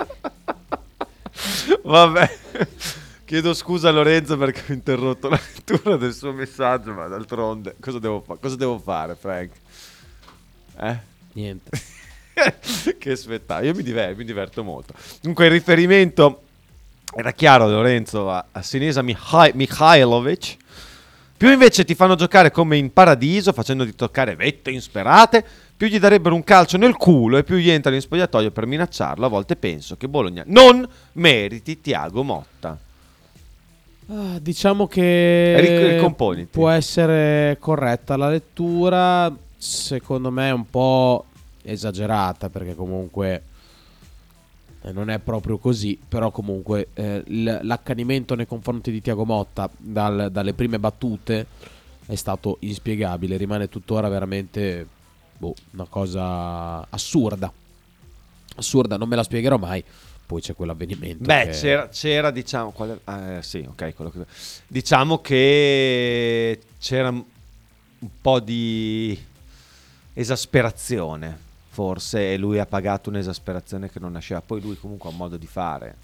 Vabbè, chiedo scusa a Lorenzo perché ho interrotto la lettura del suo messaggio, ma d'altronde cosa devo, fa- cosa devo fare, Frank? Eh? Niente. Che spettacolo, io mi diverto, mi diverto molto. Comunque il riferimento era chiaro, Lorenzo, a, a Sinisa Mihai- Mihailovic. Più invece ti fanno giocare come in paradiso, facendoti toccare vette insperate, più gli darebbero un calcio nel culo e più gli entrano in spogliatoio per minacciarlo. A volte penso che Bologna non meriti Thiago Motta. Ah, diciamo che Ricomponiti. può essere corretta la lettura, secondo me è un po' esagerata, perché comunque eh, non è proprio così, però comunque eh, l- l'accanimento nei confronti di Thiago Motta dal- dalle prime battute è stato inspiegabile, rimane tuttora veramente boh, una cosa assurda, assurda, non me la spiegherò mai. Poi c'è quell'avvenimento. Beh, che... c'era, c'era, diciamo, qual è? Eh, sì, ok, quello che... diciamo che c'era un po' di esasperazione, forse, e lui ha pagato un'esasperazione che non nasceva. Poi lui comunque ha un modo di fare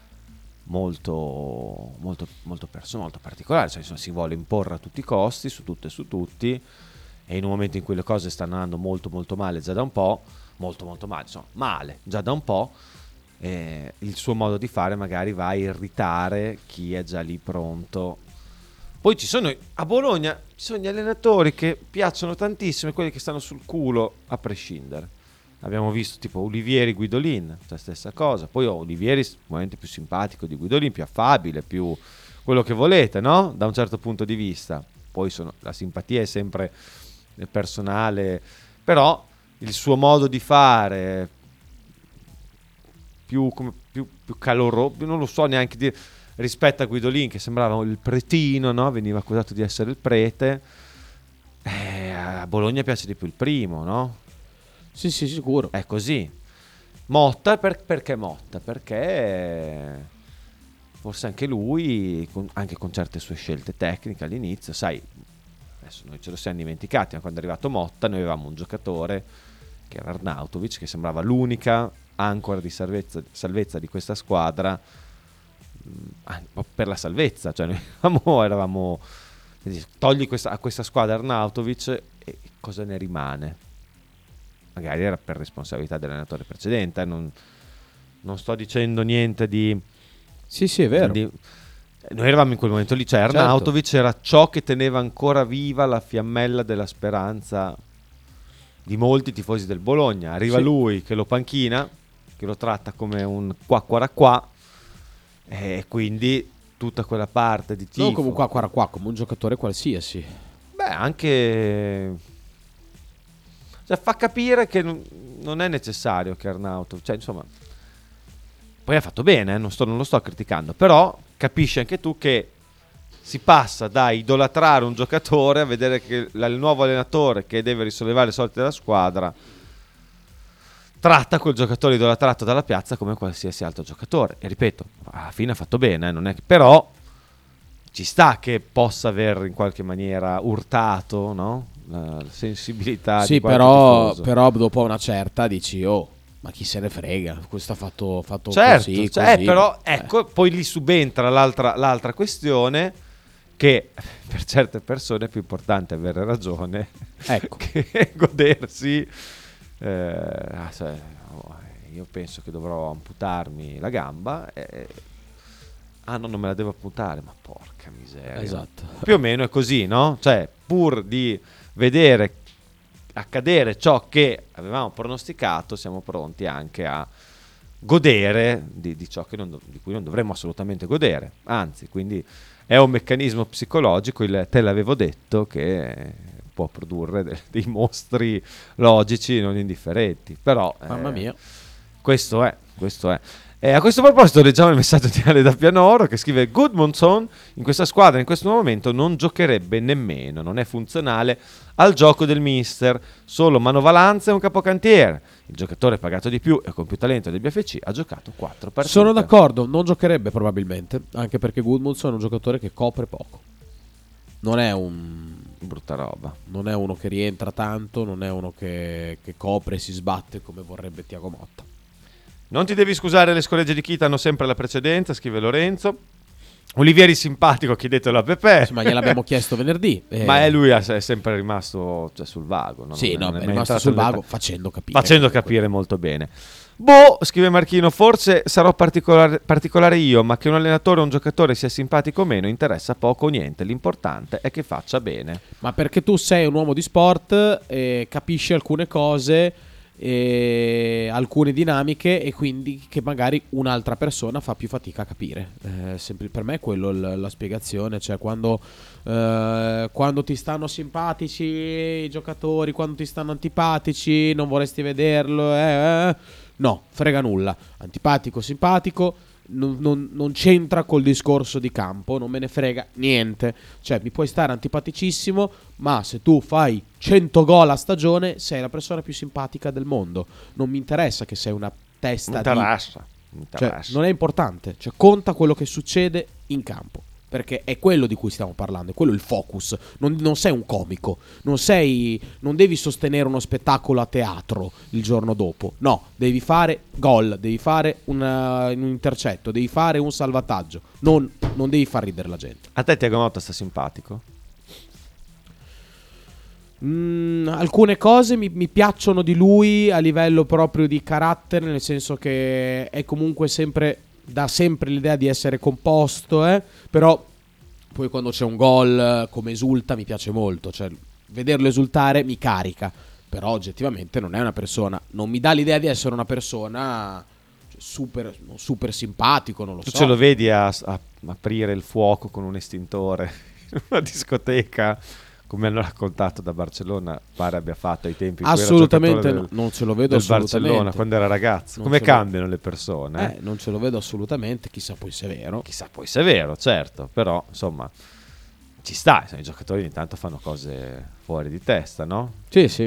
molto, molto, molto personale, molto particolare, cioè insomma, si vuole imporre a tutti i costi, su tutto e su tutti, e in un momento in cui le cose stanno andando molto molto male già da un po', molto molto male, insomma, male già da un po', Eh, il suo modo di fare magari va a irritare chi è già lì pronto. Poi ci sono a Bologna ci sono gli allenatori che piacciono tantissimo e quelli che stanno sul culo a prescindere. Abbiamo visto tipo Olivieri, Guidolin, cioè stessa cosa. Poi oh, Olivieri sicuramente più simpatico di Guidolin, più affabile, più quello che volete, no? Da un certo punto di vista. Poi sono, la simpatia è sempre personale, però il suo modo di fare più, come, più, più caloroso, non lo so neanche dire, rispetto a Guidolin che sembrava il pretino, no? Veniva accusato di essere il prete. Eh, a Bologna piace di più il primo, no? Sì, sì, sicuro. È così. Motta, per, perché Motta? Perché forse anche lui, con, anche con certe sue scelte tecniche all'inizio, sai, adesso noi ce lo siamo dimenticati, ma quando è arrivato Motta noi avevamo un giocatore che era Arnautovic, che sembrava l'unica ancora di salvezza, salvezza di questa squadra, mh, per la salvezza, cioè noi eravamo, eravamo togli questa, a questa squadra Arnautovic e cosa ne rimane? Magari era per responsabilità dell'allenatore precedente, eh? non, non sto dicendo niente di... Sì, sì, è vero. Di, noi eravamo in quel momento lì, cioè Arnautovic certo. Era ciò che teneva ancora viva la fiammella della speranza di molti tifosi del Bologna. Arriva sì. Lui che lo panchina, che lo tratta come un qua qua qua, e quindi tutta quella parte di tifo. Non come un qua qua qua, come un giocatore qualsiasi. Beh, anche... Cioè, fa capire che non, non è necessario che Arnautovic... Cioè, insomma... Poi ha fatto bene, eh? non, sto, non lo sto criticando, però capisci anche tu che si passa da idolatrare un giocatore a vedere che il nuovo allenatore che deve risollevare le sorti della squadra tratta quel giocatore idolatrato dalla piazza come qualsiasi altro giocatore. E ripeto, alla fine ha fatto bene, eh? non è che, però ci sta che possa aver in qualche maniera urtato, no? La sensibilità sì, di qualche però, tifoso. però dopo una certa dici oh, ma chi se ne frega, questo ha fatto, fatto certo, così, cioè, così. però ecco, eh. Poi lì subentra l'altra, l'altra questione, che per certe persone è più importante avere ragione Ecco. che godersi. Eh, cioè, io penso che dovrò amputarmi la gamba e... ah no, non me la devo amputare, ma porca miseria. Esatto. Più o meno è così, no? Cioè, pur di vedere accadere ciò che avevamo pronosticato, siamo pronti anche a godere di, di ciò che non, di cui non dovremmo assolutamente godere. Anzi, quindi è un meccanismo psicologico, il te l'avevo detto, che può produrre de- dei mostri logici non indifferenti. Però Mamma eh, mia. questo è, questo è. E a questo proposito leggiamo il messaggio di Ale da Pianoro che scrive: Goodmanson in questa squadra in questo momento non giocherebbe nemmeno, non è funzionale al gioco del mister, solo manovalanza e un capocantiere. Il giocatore pagato di più e con più talento del B F C ha giocato quattro partite. Sono d'accordo, non giocherebbe probabilmente, anche perché Goodmanson è un giocatore che copre poco. Non è un brutta roba. Non è uno che rientra tanto, non è uno che, che copre e si sbatte come vorrebbe Thiago Motta. Non ti devi scusare, le scoregge di Kita hanno sempre la precedenza, scrive Lorenzo. Olivieri simpatico, chiedetelo a Pepe. Sì, ma gliel'abbiamo chiesto venerdì. Eh. Ma è lui è sempre rimasto, cioè, sul vago. No? Sì, non no, è, è, non è rimasto sul vago facendo capire. Facendo capire molto bene. Boh, scrive Marchino, forse sarò particolare, particolare io, ma che un allenatore o un giocatore sia simpatico o meno interessa poco o niente. L'importante è che faccia bene. Ma perché tu sei un uomo di sport e capisci alcune cose, e alcune dinamiche, e quindi che magari un'altra persona fa più fatica a capire. Eh, sempre, per me è quello l- la spiegazione, cioè quando, eh, quando ti stanno simpatici i giocatori, quando ti stanno antipatici, non vorresti vederlo, eh, eh. No, frega nulla. Antipatico, simpatico, non, non, non c'entra col discorso di campo, non me ne frega niente. Cioè, mi puoi stare antipaticissimo, ma se tu fai cento gol a stagione, sei la persona più simpatica del mondo. Non mi interessa che sei una testa Non di... interessa, non Cioè, interessa. non è importante. Cioè, conta quello che succede in campo. Perché è quello di cui stiamo parlando, è quello il focus. Non, non sei un comico, non sei, non devi sostenere uno spettacolo a teatro il giorno dopo. No, devi fare gol, devi fare una, un intercetto, devi fare un salvataggio. Non, non devi far ridere la gente. A te Thiago Motta sta simpatico? Mm, alcune cose mi, mi piacciono di lui a livello proprio di carattere, nel senso che è comunque sempre... dà sempre l'idea di essere composto, eh? Però poi quando c'è un gol, come esulta, mi piace molto, cioè vederlo esultare mi carica, però oggettivamente non è una persona, non mi dà l'idea di essere una persona super, super simpatico, non lo Tu so. ce lo vedi a, a aprire il fuoco con un estintore in una discoteca, come hanno raccontato da Barcellona, pare abbia fatto ai tempi in cui era Assolutamente giocatore no, del, non ce lo vedo del assolutamente. Barcellona quando era ragazzo. Non Come ce lo- cambiano le persone? Eh, non ce lo vedo assolutamente, chissà poi se è vero. Chissà poi se è vero, certo, però insomma ci sta, insomma, i giocatori ogni tanto fanno cose fuori di testa, no? Sì, sì.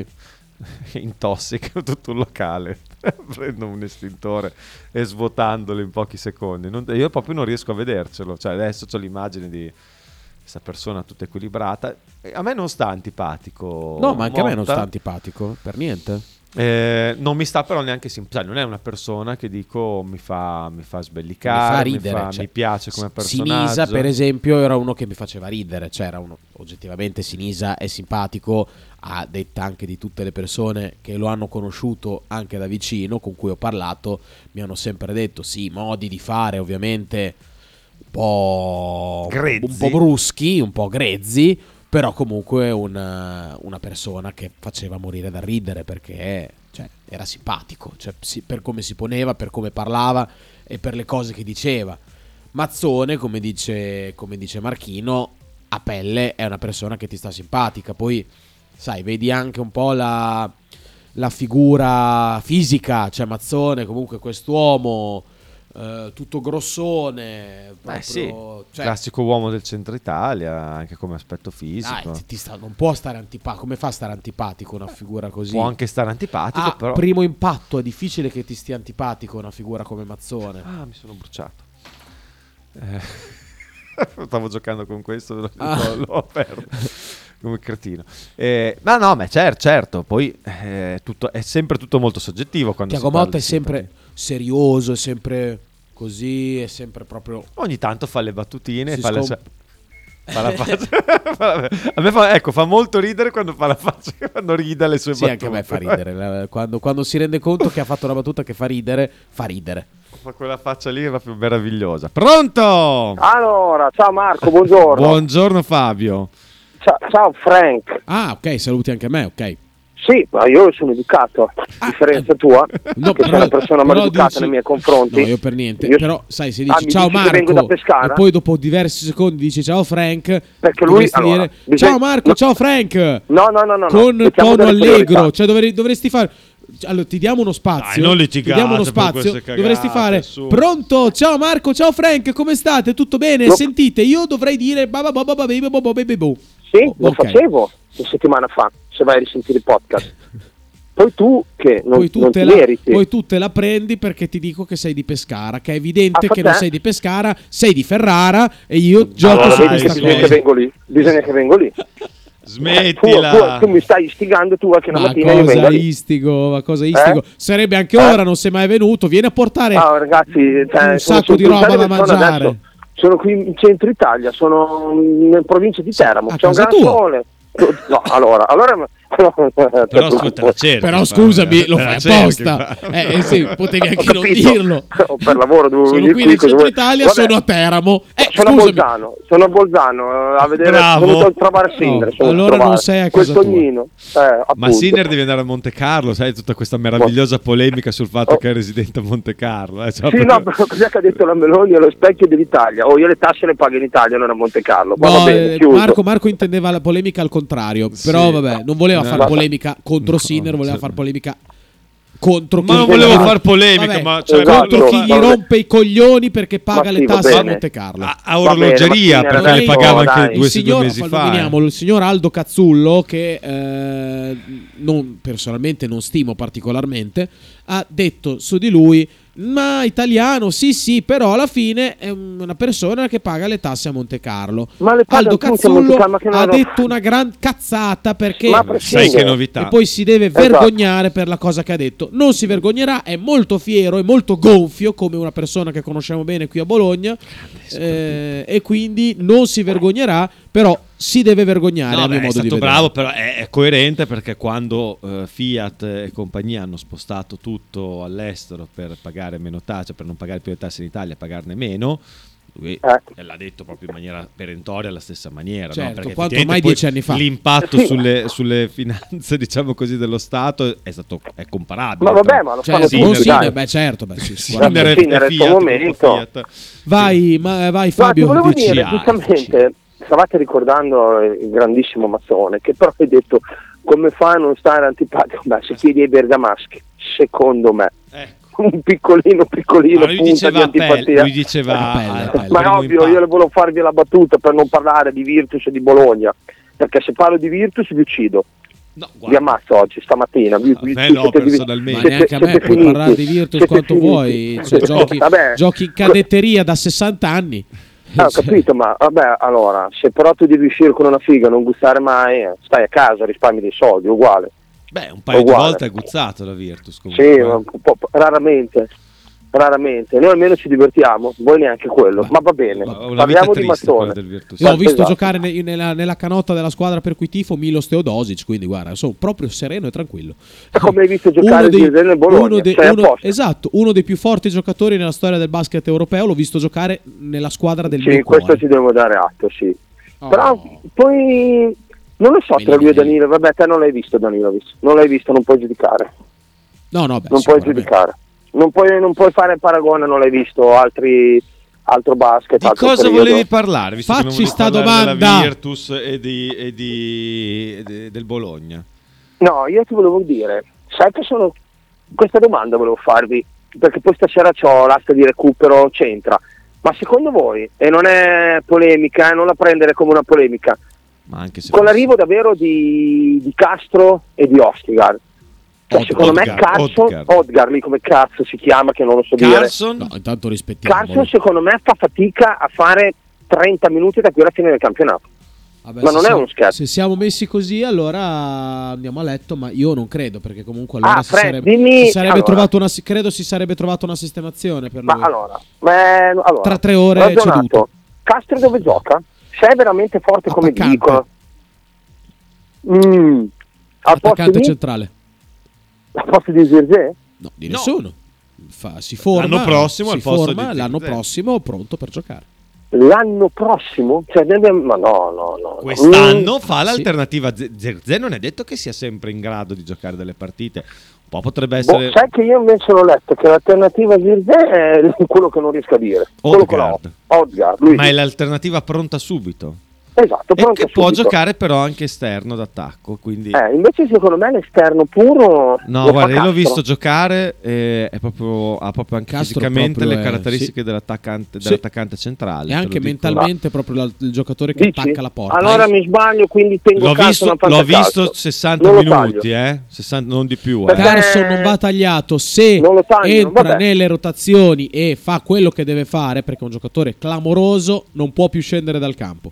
Intossicano tutto un locale, prendono un estintore e svuotandolo in pochi secondi. Non- io proprio non riesco a vedercelo, cioè adesso ho l'immagine di questa persona tutta equilibrata. E a me non sta antipatico. No, ma anche a me non Motta. sta antipatico, per niente. Eh, non mi sta però neanche simpatico, non è una persona che dico mi fa, mi fa sbellicare, mi fa ridere, mi, fa- cioè, mi piace come S- personaggio. Sinisa, per esempio, era uno che mi faceva ridere, cioè era uno, oggettivamente Sinisa è simpatico, a detta anche di tutte le persone che lo hanno conosciuto anche da vicino, con cui ho parlato, mi hanno sempre detto sì, modi di fare ovviamente un po', Grezzi. un po' bruschi, un po' grezzi, però comunque una, una persona che faceva morire da ridere perché cioè, era simpatico, cioè, si- per come si poneva, per come parlava e per le cose che diceva. Mazzone, come dice, come dice Marchino, a pelle è una persona che ti sta simpatica. Poi, sai, vedi anche un po' la, la figura fisica, cioè Mazzone, comunque quest'uomo eh, tutto grossone, proprio, Eh sì, cioè, classico uomo del centro Italia, anche come aspetto dai, fisico. ti, ti sta, non può stare antipatico. Come fa a stare antipatico una figura così? Può anche stare antipatico, Ah, però. primo impatto è difficile che ti stia antipatico una figura come Mazzone. Ah, mi sono bruciato. Eh, Stavo giocando con questo, l'ho, Ah. l'ho aperto come cretino. Eh, no, no, ma certo, certo. Poi eh, tutto, è sempre tutto molto soggettivo. Quando Thiago si parla Motta è di sempre simpatia. serioso, è sempre così, è sempre proprio... Ogni tanto fa le battutine, Si fa le scom- sue- Fa la faccia. A me fa, ecco, fa molto ridere quando fa la faccia, quando rida le sue Sì, battute. anche a me fa ridere. Quando, quando si rende conto che ha fatto una battuta che fa ridere, fa ridere. Fa quella faccia lì è proprio meravigliosa. Pronto? Allora, ciao Marco, buongiorno. Buongiorno Fabio. Ciao, ciao Frank. Ah, ok, saluti anche me, ok. Sì, ma io sono educato, a differenza tua, No, che sei una persona però maleducata dici- nei miei confronti. No, io per niente. Io- Però, sai, se Ah, dici mi ciao dici che vengo Marco da Pescara? e poi dopo diversi secondi dici ciao Frank, Perché lui- dovresti allora, dire bisogna- ciao Marco, no. ciao Frank. No, no, no, no. Con no. Mettiamo tono delle allegro, priorità. cioè dovre- dovresti fare. Allora, ti diamo uno spazio. Dai, non ti litigate diamo uno per spazio. queste cagate, Dovresti fare su. pronto, ciao Marco, ciao Frank, come state? Tutto bene? Lo- Sentite, io dovrei dire ba ba ba ba ba ba ba ba ba ba ba. Sì, lo Ok. facevo una settimana fa, se vai a risentire il podcast. Poi tu, che non, Poi tu, non te ti la, meriti. poi tu te la prendi perché ti dico che sei di Pescara, che è evidente Ah, fa che non te? sei di Pescara, sei di Ferrara e io gioco Allora, su vedi che questa bisogna che cosa. vengo lì. Bisogna che vengo lì. Tu, Smettila. tu, tu mi stai istigando tu anche una Ma mattina io vengo cosa lì. istigo, ma cosa istigo? Eh? Sarebbe anche Eh? ora, non sei mai venuto, vieni a portare Ah, ragazzi, cioè, un sono- sacco di sono- roba sai da dove sono mangiare. adesso? Sono qui in centro Italia, sono in provincia di Teramo, a c'è un casa gran tua. sole. No, allora, allora Però scusa, te la cerchi, Però fa- scusami, lo te fai la cerchi, apposta. fa. Eh, eh sì, potevi Ho anche non capito. dirlo. Per lavoro devo Sono venire qui qui, nel cosa centro vuoi? Italia, Vabbè, sono a Teramo. Eh, sono a scusami. Bolzano, sono a Bolzano eh, a vedere, Bravo. sono venuto a trovare Sinner. No, sono allora a trovare non sei a quel casa tua. Tognino. Eh, Ma appunto. Sinner deve andare a Monte Carlo, sai, tutta questa meravigliosa polemica sul fatto Oh. che è residente a Monte Carlo. Eh, cioè, Sì, no, però cos'è che ha detto la Meloni allo specchio dell'Italia? Oh, io le tasse le pago in Italia, non a Monte Carlo. Ma No, va bene, eh, chiuso. Marco, Marco intendeva la polemica al contrario. Però Sì. vabbè, non voleva No. fare Ma- polemica contro Sinner, voleva sì. fare polemica contro Ma chi non gli- volevo Vabbè. far polemica, Vabbè, ma cioè, Esatto. contro chi gli Vabbè. rompe i coglioni perché paga Ma le sì, va tasse a bene. Monte Carlo. a, a Va bene, orologeria, ma perché Sinner le adesso, pagava dai. anche due, il due signor, mesi fa. eh. nominiamolo, il signor Aldo Cazzullo, che eh, non, personalmente non stimo particolarmente, ha detto su di lui: ma italiano, sì sì, però alla fine è una persona che paga le tasse a Monte Carlo. Ma le paga Aldo tutte a Cazzullo Monte Carlo, ma che non ha lo- detto una gran cazzata perché Ma a Sai prescindere. che novità. e poi si deve Esatto. vergognare per la cosa che ha detto. Non si vergognerà, è molto fiero, è molto gonfio come una persona che conosciamo bene qui a Bologna, eh, e quindi non si vergognerà, però si deve vergognare, No, a mio beh, è modo di stato vedere. bravo, però è, è coerente, perché quando eh, Fiat e compagnia hanno spostato tutto all'estero per pagare meno tasse, per non pagare più le tasse in Italia, pagarne meno, lui Eh. l'ha detto proprio in maniera perentoria, alla stessa maniera. Certo, no? Perché quanto effettivamente ormai poi dieci anni fa. l'impatto Sì. sulle, sulle finanze, diciamo così, dello Stato è stato è comparabile. Ma vabbè, però. ma lo Cioè, fanno Sì, con tutti, Sinner, dai. beh certo, beh, sì, Sinner sicuramente. e- Sinner e è il suo Fiat, momento. Fiat. Vai, ma, vai No, ti Fabio. volevo dici, dire, ah, giustamente, stavate ricordando il grandissimo Mazzone, che però hai detto come fa a non stare antipatico? Beh, se chiedi ai bergamaschi, secondo me, Ecco. un piccolino piccolino Ma lui punta di diceva, a pelle, antipatia. lui diceva A pelle, al a pelle. Ma è primo ovvio, impatto. io le volevo farvi la battuta per non parlare di Virtus e di Bologna, perché se parlo di Virtus vi uccido, No, vi guarda, ammazzo oggi, stamattina. Vi, A vi- me no, siete divi- personalmente. Ma siete- neanche a me, siete puoi finiti. parlare di Virtus Siete quanto finiti. vuoi, cioè, No, giochi, vabbè. giochi in cadetteria da sessanta anni. Ah, ho Cioè, capito, ma vabbè, allora, se però tu devi uscire con una figa e non gustare mai, eh, stai a casa, risparmi dei soldi, uguale. Beh, un paio di Uguale. volte ha guzzato la Virtus comunque. Sì, ma un po', raramente, raramente. Noi almeno ci divertiamo, voi neanche quello, ma va bene. Ma una vita Parliamo di triste quella Mazzone. del Virtus. Io ho visto Esatto. giocare ne- nella, nella canotta della squadra per cui tifo Milos Teodosic, quindi guarda, sono proprio sereno e tranquillo. Come hai visto giocare dei- Zidane nel Bologna, uno dei- sei a uno- posto. esatto, uno dei più forti giocatori nella storia del basket europeo, l'ho visto giocare nella squadra del Sì, mio questo cuore. ci devo dare atto, sì. Oh. Però poi non lo so tra lui e Meglio. Danilo, vabbè, te non l'hai visto Danilo, non l'hai visto, non puoi giudicare. No, no, beh, non puoi sicuramente. giudicare. Non puoi, non puoi fare paragone, non l'hai visto altri altro basket. Di altro cosa periodo. volevi parlare? Visto che non Facci volevi sta parlare della domanda. Virtus e, di, e, di, e de- del Bologna. No, io ti volevo dire, sai che sono questa domanda volevo farvi, perché poi stasera c'ho l'asta di recupero, c'entra. Ma secondo voi, e non è polemica, eh, non la prendere come una polemica, Ma anche se con fosse- l'arrivo davvero di, di Castro e di Ostigar, cioè, Od- secondo Odgar, me Carson, Odgar. Odgar lì come cazzo si chiama, che non lo so Carlson, No, intanto rispettiamo. dire, Carson secondo me fa fatica a fare trenta minuti da qui alla fine del campionato. Vabbè, Ma se non è siamo- uno scherzo. Se siamo messi così, allora andiamo a letto, ma io non credo, perché comunque allora Ah, si Fred, sarebbe, dimmi- si sarebbe allora. trovato una, credo si sarebbe trovato una sistemazione per Ma lui. allora, ma, allora Tra tre ore ragionato, ceduto. Castro dove gioca? se è veramente forte come Attaccante. dicono, mm, al posto Attaccante di, centrale. al posto di Zirze? No, di No. nessuno. Fa- si forma L'anno prossimo si al posto forma, di l'anno Zirkzee. prossimo pronto per giocare. L'anno prossimo? Cioè, ne abbiamo- ma no, no, no. Quest'anno Mm, fa l'alternativa. Zirkzee non è detto che sia sempre in grado di giocare delle partite. Un po' potrebbe boh, essere sai che io invece l'ho letto che l'alternativa a Zirze è quello che non riesco a dire. Quello che l'ho. Odegaard. Odegaard, lui. Ma è l'alternativa pronta subito. Esatto, E pronto che può subito. giocare però anche esterno d'attacco. Quindi Eh, invece secondo me l'esterno puro no, lo guarda, fa io l'ho Castro. visto giocare e è proprio, ha proprio anche Castro fisicamente proprio le è- caratteristiche sì. dell'attaccante, Sì. dell'attaccante centrale. E te anche lo dico. mentalmente proprio la- il giocatore che Dici? attacca la porta. Allora Eh, mi sbaglio, quindi tengo L'ho Castro visto, una l'ho fantacalcio. visto sessanta Non lo minuti, taglio. eh? sessanta, non di più. Perché- Eh. Carson non va tagliato se Non lo taglio, entra vabbè. nelle rotazioni e fa quello che deve fare, perché è un giocatore clamoroso, non può più scendere dal campo.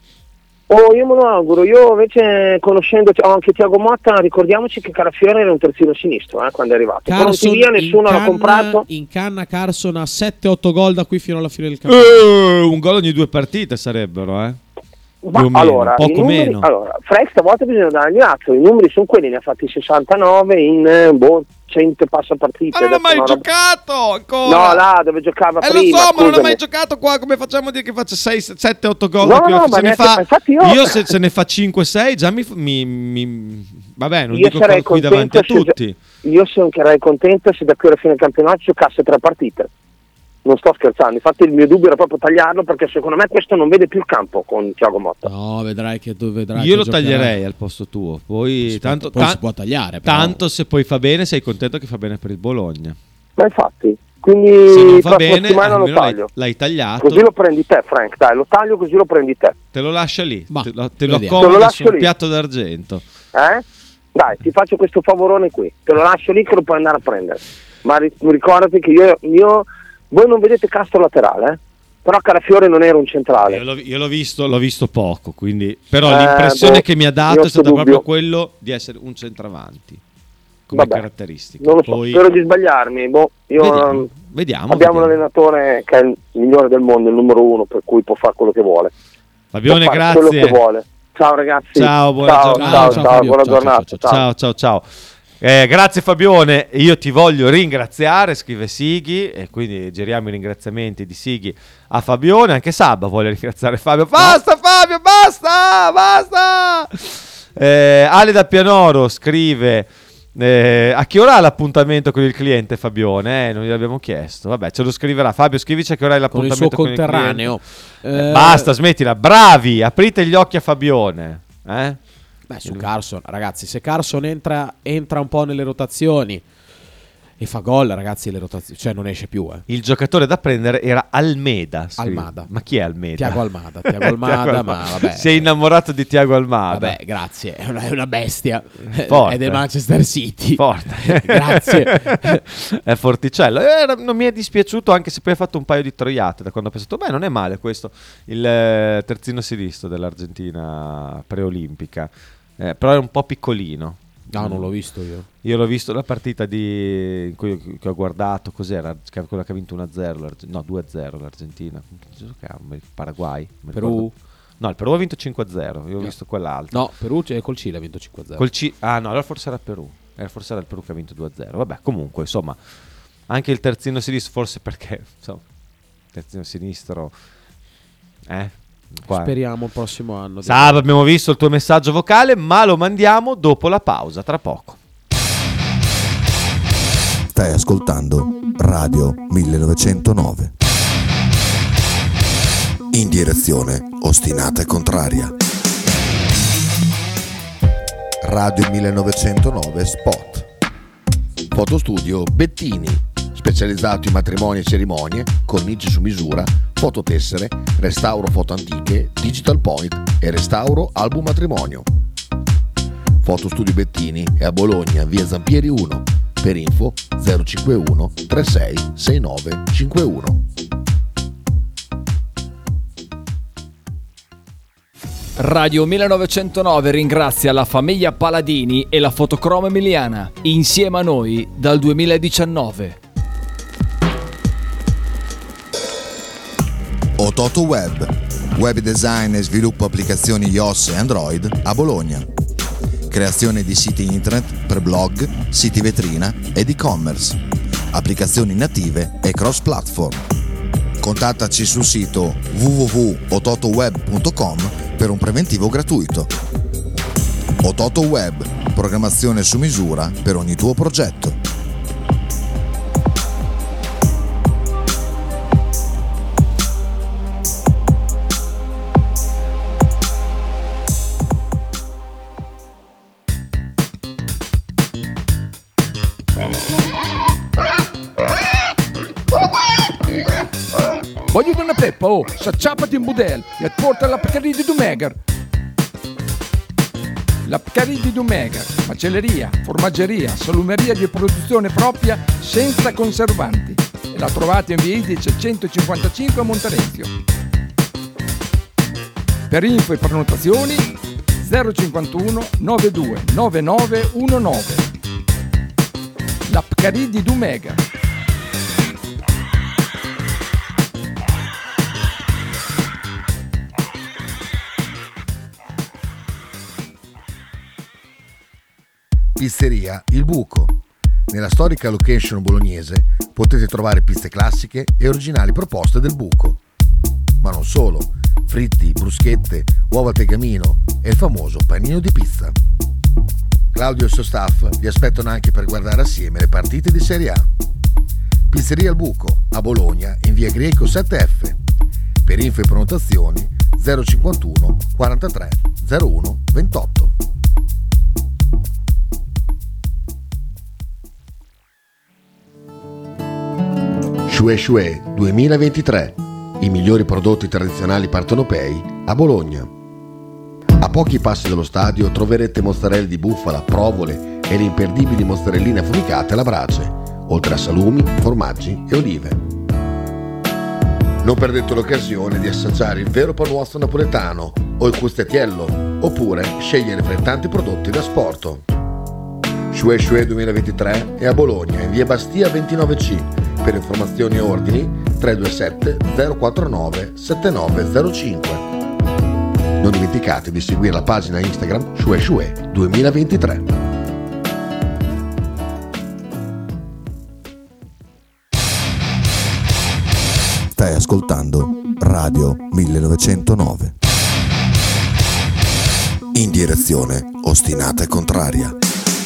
Oh, io me lo auguro. Io invece, conoscendo anche Thiago Motta, ricordiamoci che Carafiore era un terzino sinistro eh, quando è arrivato. Pronti Carson via, nessuno in l'ha canna- comprato. In canna Carson ha sette otto gol da qui fino alla fine del campionato. Eh, un gol ogni due partite sarebbero, eh? Ma più o meno, allora, poco i numeri, meno. allora, Frank stavolta bisogna dargli atto. I numeri sono quelli, ne ha fatti sessantanove in eh, boh, cento passa partite. Ma non ha Adesso mai una roba- giocato ancora. No, là dove giocava Eh, prima. lo so, ma non ha scusami. mai giocato qua. Come facciamo a dire che faccia sei, sette, otto gol? No, da qui? no, se ma ne neanche- fa, infatti io- io se, se ne fa cinque sei già mi, mi, mi- vabbè, non Io dico sarei qui davanti a contento se- tutti. Io sarei contento se da qui alla fine del campionato giocasse tre partite. Non sto scherzando, infatti il mio dubbio era proprio tagliarlo, perché secondo me questo non vede più il campo con Thiago Motta. No, vedrai che tu vedrai Io che lo giocherà. taglierei al posto tuo. Poi, Si può- tanto, poi ta- si può tagliare, però. tanto se poi fa bene, sei contento che fa bene per il Bologna. Ma infatti, quindi Se non fa prossima bene, settimana lo almeno l'hai, taglio. l'hai tagliato. Così lo prendi te, Frank, dai, lo taglio così lo prendi te. Te lo lascia lì, Ma, te lo, te lo vediamo. accomodi Te lo lascio su un lì. piatto d'argento. Eh? Dai, ti faccio questo favorone qui, te lo lascio lì che lo puoi andare a prendere. Ma ri- ricordati che io, io voi non vedete Castro laterale, eh? Però Carafiore non era un centrale. Io l'ho, io l'ho visto, l'ho visto poco, quindi però Eh, l'impressione boh, che mi ha io dato ho è stata sto proprio dubbio. quello di essere un centravanti come Vabbè, caratteristica. Non lo so, Poi spero di sbagliarmi. Boh, io, vediamo, ehm, vediamo, abbiamo un vediamo. allenatore che è il migliore del mondo, il numero uno, per cui può fare quello che vuole. Fabione, Può fare quello che grazie. vuole. Ciao ragazzi. Ciao, buona ciao, giornata. ciao, Ciao, ciao, Fabio. buona Ciao, ciao, giornata. ciao, ciao. Ciao, ciao, ciao. Eh, grazie Fabione, io ti voglio ringraziare, scrive Sighi, e quindi giriamo i ringraziamenti di Sighi a Fabione, anche Sabba vuole ringraziare Fabio. Basta Fabio, basta, basta! Eh, Ale da Pianoro scrive, eh, a che ora ha l'appuntamento con il cliente Fabione? Eh, non gliel'abbiamo chiesto, vabbè ce lo scriverà. Fabio, scrivici a che ora hai Con il suo l'appuntamento con il, conterraneo. cliente. Eh, Basta, smettila, bravi, aprite gli occhi a Fabione. Eh? Beh, su Carson, ragazzi, se Carson entra, entra un po' nelle rotazioni e fa gol, ragazzi, le rotazioni, cioè non esce più, eh. Il giocatore da prendere era Almeda. scrive. Almada. Ma chi è Almeda? Tiago Almada, Tiago Almada, ma vabbè. Si è innamorato di Tiago Almada. Vabbè, grazie, è una, è una bestia. Forte. È del Manchester City. Forte. Grazie. È forticello. Eh, non mi è dispiaciuto, anche se poi ha fatto un paio di troiate da quando ho pensato, beh, non è male questo, il eh, terzino sinistro dell'Argentina preolimpica. Eh, però è un po' piccolino. No, non l'ho visto io. Io l'ho visto la partita di, in cui che ho guardato, cos'era? Che- Quella che ha vinto uno a zero, l'Arge- no due a zero l'Argentina. Che giocava? Il Paraguay? Mi Perù? ricordo. No, il Perù ha vinto cinque a zero, io ho No. visto quell'altro. No, Perù c'è col Cile ha vinto cinque a zero. Col C- ah no, allora forse era Perù. Eh, forse era il Perù che ha vinto due a zero. Vabbè, comunque, insomma, anche il terzino sinistro, forse perché, insomma, il terzino sinistro... Eh? Qua. Speriamo il prossimo anno. Sab, abbiamo visto il tuo messaggio vocale, ma lo mandiamo dopo la pausa, tra poco. Stai ascoltando Radio millenovecentonove. In direzione ostinata e contraria. Radio millenovecentonove Spot. Fotostudio Bettini, specializzato in matrimoni e cerimonie, cornici su misura, fototessere, restauro foto antiche, digital point e restauro album matrimonio. Fotostudio Bettini è a Bologna, via Zampieri uno. Per info zero cinquantuno trentasei sessantanove cinquantuno. Radio millenovecentonove ringrazia la famiglia Paladini e la Fotocromo Emiliana, insieme a noi dal duemiladiciannove. Ototo Web, Web design e sviluppo applicazioni iOS e Android a Bologna. Creazione di siti internet per blog, siti vetrina ed e-commerce. Applicazioni native e cross-platform. Contattaci sul sito w w w punto ototoweb punto com per un preventivo gratuito. Ototoweb, programmazione su misura per ogni tuo progetto. Voglio una peppa, oh, s'acciappati in budel e porta la Pcaridi di Dumegar. La Pcaridi di Dumegar, macelleria, formaggeria, salumeria di produzione propria senza conservanti. E la trovate in via Idice centocinquantacinque a Monterezio. Per info e prenotazioni zero cinquantuno novantadue novantanove diciannove. La Pcaridi di Dumegar. Pizzeria Il Buco. Nella storica location bolognese potete trovare piste classiche e originali proposte del buco. Ma non solo, fritti, bruschette, uova al tegamino e il famoso panino di pizza. Claudio e il suo staff vi aspettano anche per guardare assieme le partite di Serie A. Pizzeria Il Buco, a Bologna, in via Greco sette F. Per info e prenotazioni zero cinquantuno quarantatré zero uno ventotto. Shue Shue duemilaventitré, i migliori prodotti tradizionali partenopei a Bologna. A pochi passi dallo stadio troverete mozzarella di bufala, provole e le imperdibili mozzarelline affumicate alla brace, oltre a salumi, formaggi e olive. Non perdete l'occasione di assaggiare il vero panuozzo napoletano o il custettiello, oppure scegliere fra i tanti prodotti da sport. Shue Shue duemilaventitré è a Bologna, in via Bastia ventinove C. Per informazioni e ordini tre due sette zero quattro nove sette nove zero cinque. Non dimenticate di seguire la pagina Instagram Shue Shue duemilaventitré. Stai ascoltando Radio millenovecentonove. In direzione ostinata e contraria.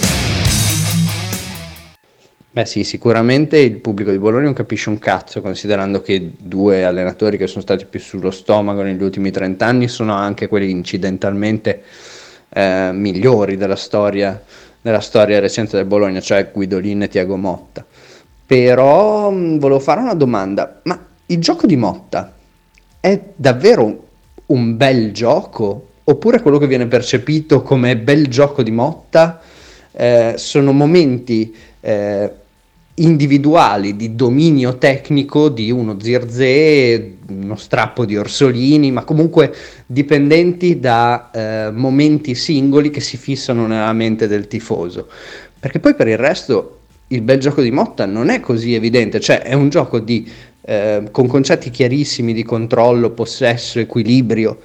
Beh sì, sicuramente il pubblico di Bologna non capisce un cazzo, considerando che due allenatori che sono stati più sullo stomaco negli ultimi trent'anni sono anche quelli incidentalmente eh, migliori della storia, della storia recente del Bologna, cioè Guidolin e Thiago Motta. Però mh, volevo fare una domanda, ma il gioco di Motta è davvero un bel gioco? Oppure quello che viene percepito come bel gioco di Motta eh, sono momenti eh, individuali di dominio tecnico di uno Zirze, uno strappo di Orsolini, ma comunque dipendenti da eh, momenti singoli che si fissano nella mente del tifoso, perché poi per il resto il bel gioco di Motta non è così evidente, cioè è un gioco di, eh, con concetti chiarissimi di controllo, possesso, equilibrio,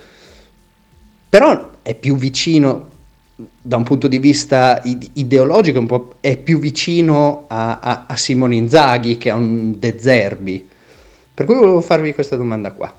però è più vicino da un punto di vista ideologico, un po' è più vicino a, a, a Simone Inzaghi che a un De Zerbi. Per cui volevo farvi questa domanda qua.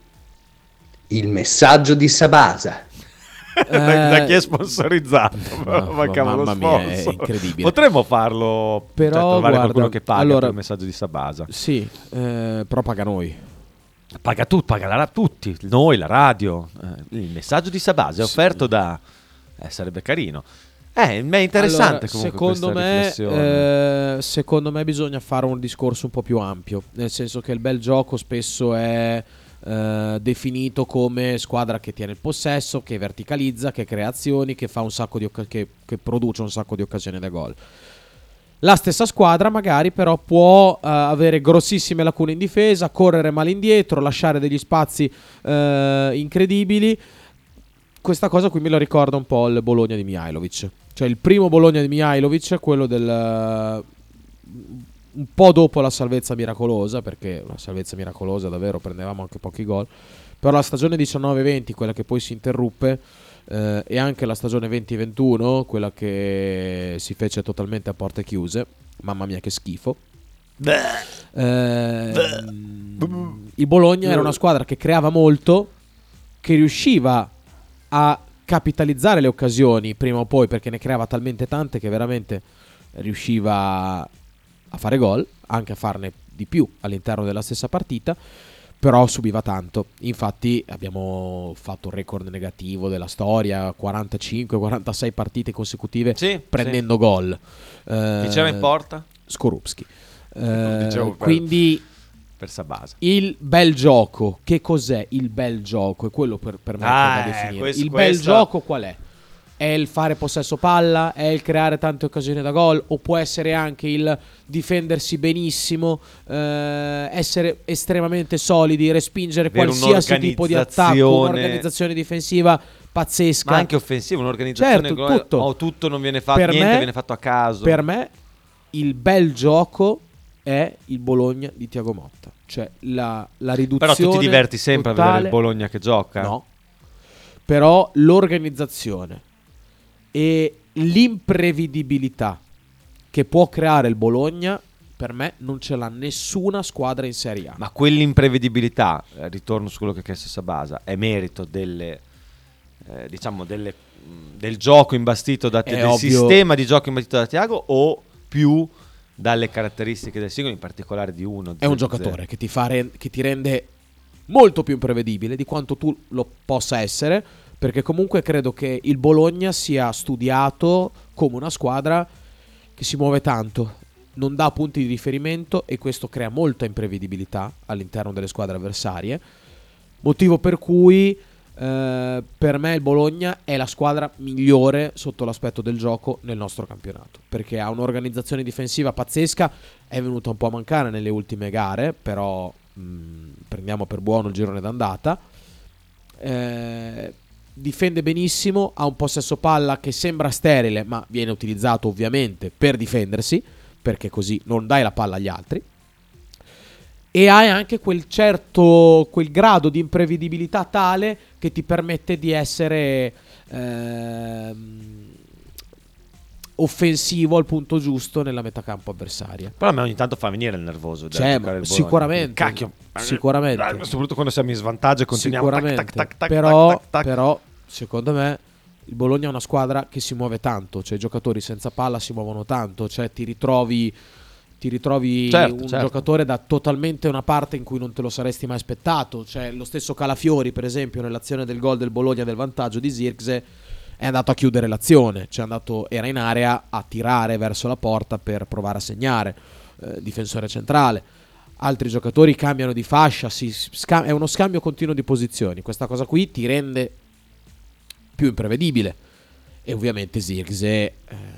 Il messaggio di Sabasa. Eh, da chi è sponsorizzato? Ma, ma cavolo, mamma mia, è incredibile. Potremmo farlo, però cioè, trovare guarda, qualcuno che paga allora, per il messaggio di Sabasa. Sì, eh, però paga noi. Paga tu, paga la, tutti, noi, la radio. Eh, il messaggio di Sabasa è offerto sì. da... Eh, sarebbe carino. Eh, è interessante allora, comunque secondo questa me, riflessione. Eh, secondo me bisogna fare un discorso un po' più ampio, nel senso che il bel gioco spesso è eh, definito come squadra che tiene il possesso, che verticalizza, che crea azioni, che fa un sacco di occ- che, che produce un sacco di occasioni da gol. La stessa squadra magari però può uh, avere grossissime lacune in difesa, correre male indietro, lasciare degli spazi uh, incredibili. Questa cosa qui me lo ricorda un po' il Bologna di Mihajlovic, cioè il primo Bologna di Mihajlovic, quello del uh, un po' dopo la salvezza miracolosa, perché la salvezza miracolosa davvero prendevamo anche pochi gol, Però la stagione diciannove venti, quella che poi si interruppe, eh, e anche la stagione venti ventuno, quella che si fece totalmente a porte chiuse, mamma mia che schifo. Eh, il Bologna era una squadra che creava molto, che riusciva a capitalizzare le occasioni prima o poi, perché ne creava talmente tante che veramente riusciva a fare gol, anche a farne di più all'interno della stessa partita, però subiva tanto. Infatti abbiamo fatto un record negativo della storia, quarantacinque quarantasei partite consecutive sì, prendendo sì. gol. Eh, Chi c'era in porta? Skorupski. Eh, eh, quindi per Sabasa. Il bel gioco, che cos'è il bel gioco? È quello per, per me ah, che da definire. Eh, questo, il bel questo... gioco qual è? È il fare possesso palla? È il creare tante occasioni da gol? O può essere anche il difendersi benissimo, eh, essere estremamente solidi, respingere Avere qualsiasi tipo di attacco, un'organizzazione difensiva pazzesca, ma anche offensiva, un'organizzazione certo, tutto. Oh, tutto non viene fatto, per niente me, viene fatto a caso. Per me il bel gioco è il Bologna di Thiago Motta, cioè la, la riduzione. Però tu ti diverti sempre totale, a vedere il Bologna che gioca? No. Però l'organizzazione e l'imprevedibilità che può creare il Bologna, per me non ce l'ha nessuna squadra in Serie A. Ma quell'imprevedibilità, eh, ritorno su quello che ha chiesto Sabasa, è merito delle eh, diciamo delle, mh, del gioco imbastito da te, del ovvio. sistema di gioco imbastito da Thiago, o più dalle caratteristiche del singolo, in particolare di uno? È un giocatore che ti, fa re- che ti rende molto più imprevedibile di quanto tu lo possa essere, perché comunque credo che il Bologna sia studiato come una squadra che si muove tanto, non dà punti di riferimento, e questo crea molta imprevedibilità all'interno delle squadre avversarie, motivo per cui eh, per me il Bologna è la squadra migliore sotto l'aspetto del gioco nel nostro campionato, perché ha un'organizzazione difensiva pazzesca, è venuta un po' a mancare nelle ultime gare, però mh, prendiamo per buono il girone d'andata. eh, Difende benissimo, ha un possesso palla che sembra sterile, ma viene utilizzato ovviamente per difendersi, perché così non dai la palla agli altri. E hai anche quel certo, quel grado di imprevedibilità tale che ti permette di essere ehm, offensivo al punto giusto nella metacampo avversaria. Però a me ogni tanto fa venire il nervoso. Cioè, sicuramente, Cacchio, sicuramente. Soprattutto quando siamo in svantaggio e continuiamo. Sicuramente. Tac, tac, tac, però, tac, tac, tac. però, secondo me, il Bologna è una squadra che si muove tanto. Cioè, i giocatori senza palla si muovono tanto. Cioè, ti ritrovi, ti ritrovi certo, un certo. giocatore da totalmente una parte in cui non te lo saresti mai aspettato. Cioè, lo stesso Calafiori, per esempio, nell'azione del gol del Bologna del vantaggio di Zirkzee, è andato a chiudere l'azione, cioè è andato, era in area a tirare verso la porta per provare a segnare, eh, difensore centrale. Altri giocatori cambiano di fascia, si scam- è uno scambio continuo di posizioni. Questa cosa qui ti rende più imprevedibile, e ovviamente Zirkzee eh,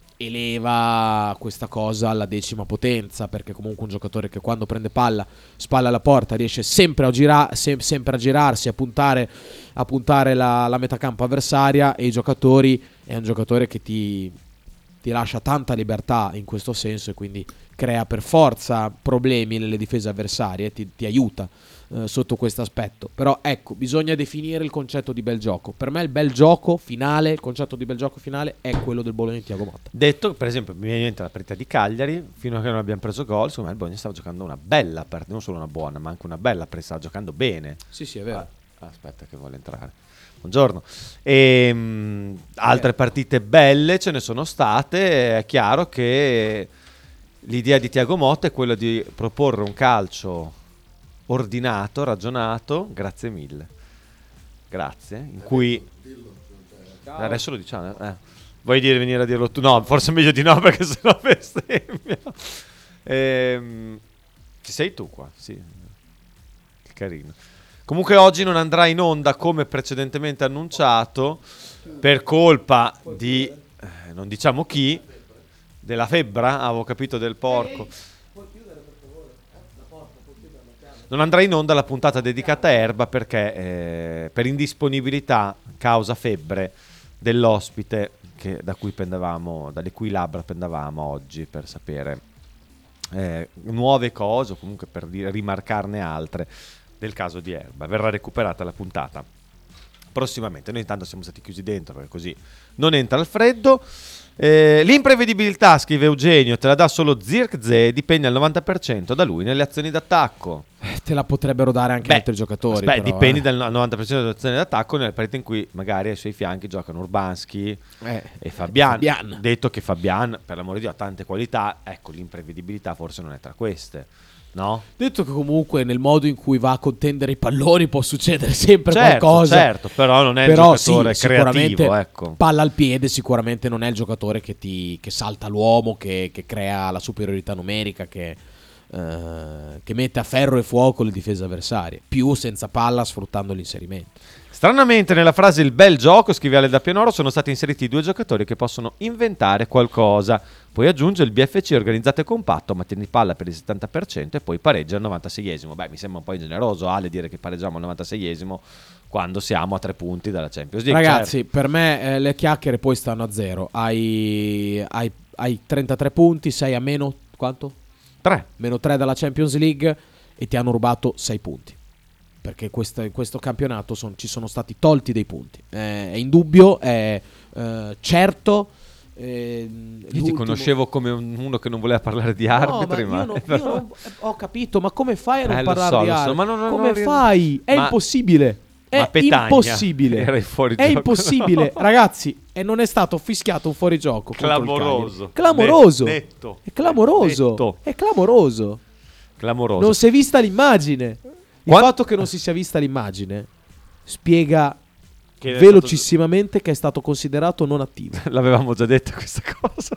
eleva questa cosa alla decima potenza, perché comunque un giocatore che quando prende palla, spalla alla porta, riesce sempre a, gira- sem- sempre a girarsi, a puntare, a puntare la, la metacampo avversaria, e i giocatori, è un giocatore che ti, ti lascia tanta libertà in questo senso, e quindi crea per forza problemi nelle difese avversarie, ti, ti aiuta eh, sotto questo aspetto. Però ecco, bisogna definire il concetto di bel gioco. Per me il bel gioco finale, il concetto di bel gioco finale è quello del Bologna di Thiago Motta. Detto, per esempio, mi viene in mente la partita di Cagliari, fino a che non abbiamo preso gol, secondo me il Bologna stava giocando una bella partita, non solo una buona, ma anche una bella partita, stava giocando bene. Sì, sì, è vero. Ah, aspetta che vuole entrare. Buongiorno. E, mh, altre partite belle ce ne sono state. È chiaro che l'idea di Thiago Motta è quella di proporre un calcio ordinato, ragionato, grazie mille, grazie, in cui adesso lo diciamo, eh. Vuoi dire venire a dirlo tu? No, forse è meglio di no, perché sennò bestemmia. Ehm, ci sei tu qua, sì, carino. Comunque oggi non andrà in onda come precedentemente annunciato, per colpa di eh, non diciamo chi, della febbra, avevo capito, del porco. Non andrà in onda la puntata dedicata a Erba perché eh, per indisponibilità causa febbre dell'ospite che, da cui pendevamo, dalle cui labbra pendavamo oggi per sapere eh, nuove cose, o comunque per dire, rimarcarne altre. del caso di Erba. Verrà recuperata la puntata prossimamente. Noi intanto siamo stati chiusi dentro perché così non entra il freddo. Eh, l'imprevedibilità, scrive Eugenio, te la dà solo Zirkzee, dipende al novanta per cento da lui nelle azioni d'attacco. Eh, te la potrebbero dare anche Beh, altri giocatori. Beh, però, dipendi eh. dal novanta per cento delle azioni d'attacco nelle partite in cui magari ai suoi fianchi giocano Urbanski Eh, e Fabian. Fabian. Detto che Fabian, per l'amore di Dio, ha tante qualità, ecco, l'imprevedibilità forse non è tra queste, no? Detto che comunque nel modo in cui va a contendere i palloni può succedere sempre Certo, qualcosa. certo, però non è Però il giocatore sì, sicuramente creativo, ecco. palla al piede sicuramente non è il giocatore che ti che salta l'uomo, che, che crea la superiorità numerica, che, eh, che mette a ferro e fuoco le difese avversarie, più senza palla sfruttando l'inserimento. Stranamente nella frase il bel gioco, scrive Ale da Pianoro, sono stati inseriti due giocatori che possono inventare qualcosa. Poi aggiunge il B F C organizzato e compatto, ma tieni palla per il settanta per cento e poi pareggia al novantaseiesimo. Beh, mi sembra un po' ingeneroso, Ale, dire che pareggiamo al novantaseiesimo quando siamo a tre punti dalla Champions League. Ragazzi, certo. per me eh, le chiacchiere poi stanno a zero. Hai, hai, hai trentatré punti, sei a meno quanto? tre. Meno tre dalla Champions League e ti hanno rubato sei punti. Perché questa, in questo campionato son, ci sono stati tolti dei punti. Eh, è indubbio, è eh, certo. Eh, Io ti l'ultimo- conoscevo come un- uno che non voleva parlare di No, arbitri, ma ma, io, non, io non- ho capito, ma come fai a non Eh, lo parlare so, di lo so, arbitri? ma non- non- come non- fai? È ma- impossibile. È ma Petagna impossibile. era in fuorigioco. È impossibile, ragazzi. E non è stato fischiato un fuorigioco. contro il Clamoroso. Cagliari. Clamoroso. Netto. È clamoroso. Netto. È clamoroso. Clamoroso. Non si è vista l'immagine. Il Quan- fatto che non si sia vista l'immagine spiega Che è velocissimamente che è stato considerato non attivo. L'avevamo già detto questa cosa.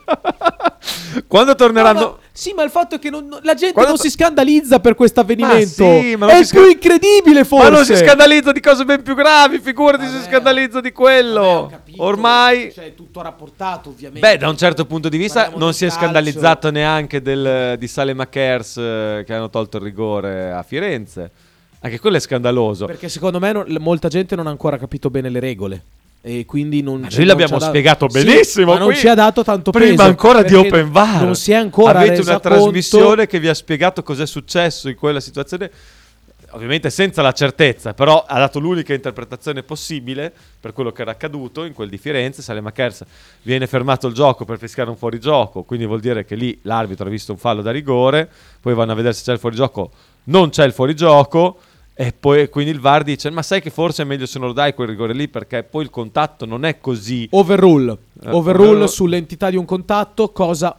Quando torneranno... No, ma- sì, ma il fatto è che non- la gente Quando non to- si scandalizza per questo avvenimento. Ma sì, ma è non il si più sca- incredibile, forse. Ma non si scandalizza di cose ben più gravi, figurati se si scandalizza di quello. Ormai... Cioè, è tutto rapportato, ovviamente. Beh, da un certo punto di vista Parliamo non di si è calcio. scandalizzato neanche del, di Salem Akers eh, che hanno tolto il rigore a Firenze. Anche quello è scandaloso. Perché secondo me non- molta gente non ha ancora capito bene le regole. E quindi non Ma ci- noi non l'abbiamo ci ha dato- spiegato Sì, benissimo. ma non qui. ci ha dato tanto peso. Prima ancora di perché Open V A R. non si è ancora Avete resa una conto- trasmissione che vi ha spiegato cos'è successo in quella situazione. Ovviamente senza la certezza, però ha dato l'unica interpretazione possibile per quello che era accaduto in quel di Firenze. Salem Akers viene fermato il gioco per fischiare un fuorigioco, quindi vuol dire che lì l'arbitro ha visto un fallo da rigore, poi vanno a vedere se c'è il fuorigioco, non c'è il fuorigioco. E poi quindi il V A R dice: ma sai che forse è meglio se non lo dai quel rigore lì, perché poi il contatto non è così. Overrule. Eh, Overrule overrule. sull'entità di un contatto, cosa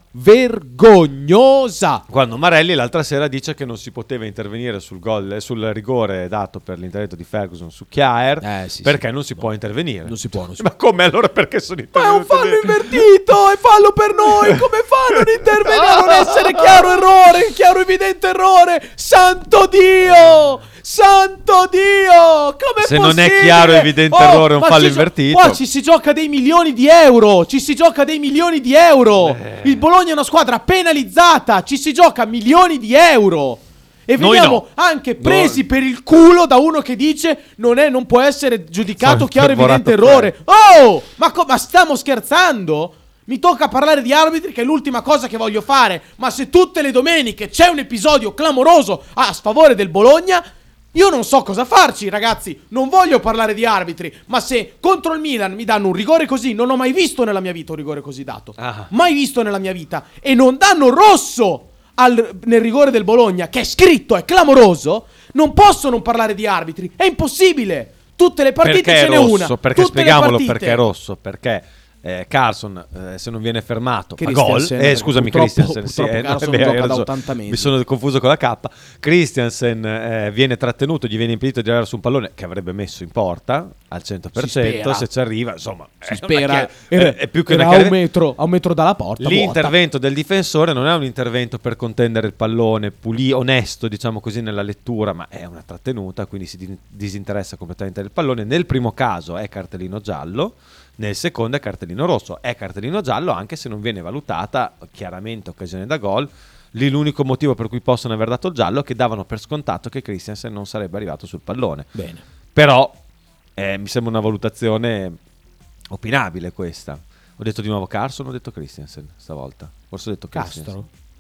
vergognosa. Quando Marelli l'altra sera dice che non si poteva intervenire sul gol, eh, sul rigore dato per l'intervento di Ferguson su Kjaer, Eh, sì, perché sì. non si può intervenire. Non si può, non si Ma come allora perché sono Ma è un intervenuti? fallo invertito, è fallo per noi. Come fa a non intervenire? A non essere chiaro errore, chiaro evidente errore. Santo Dio! Santo Dio! Come Se non è possibile? chiaro evidente Oh, errore, è un ma fallo ci gio- invertito. Qua ci si gioca dei milioni di euro. Ci si gioca dei milioni di euro. Il Bologna è una squadra penalizzata. Ci si gioca milioni di euro. E Noi veniamo no. anche presi No. per il culo da uno che dice non, è, non può essere giudicato Sono chiaro evidente infervorato errore. Oh, ma, co- ma stiamo scherzando? Mi tocca parlare di arbitri, che è l'ultima cosa che voglio fare. Ma se tutte le domeniche c'è un episodio clamoroso a sfavore del Bologna, io non so cosa farci, ragazzi. Non voglio parlare di arbitri, ma se contro il Milan mi danno un rigore così, non ho mai visto nella mia vita un rigore così dato. Ah. Mai visto nella mia vita. E non danno rosso al- nel rigore del Bologna, che è scritto, è clamoroso. Non posso non parlare di arbitri. È impossibile. Tutte le partite Perché ce è n'è rosso? una. Perché Tutte le spieghiamolo partite. perché è rosso. Perché eh, Carlson, eh, se non viene fermato, fa gol. Christiansen, Eh, perché scusami, purtroppo- Christiansen. Sì, purtroppo eh, no, Carlson beh, hai gioca da ragione. ottanta mesi. Mi sono confuso con la K. Christiansen eh, viene trattenuto, gli viene impedito di arrivare su un pallone che avrebbe messo in porta al cento per cento. Si spera. Se ci arriva, insomma, Si è spera. una chiave- Era, è, è più che era una a, un chiave- metro, a un metro dalla porta. L'intervento del difensore non è un intervento per contendere il pallone, pulì, onesto, diciamo così, nella lettura, ma è una trattenuta, quindi si di- disinteressa completamente del pallone. Nel primo caso è cartellino giallo, nel secondo è cartellino rosso. È cartellino giallo anche se non viene valutata chiaramente occasione da gol. Lì l'unico motivo per cui possono aver dato il giallo è che davano per scontato che Christiansen non sarebbe arrivato sul pallone. Bene. Però eh, mi sembra una valutazione opinabile questa. Ho detto di nuovo Carlson, ho detto Christiansen stavolta. Forse ho detto Christiansen. Castro.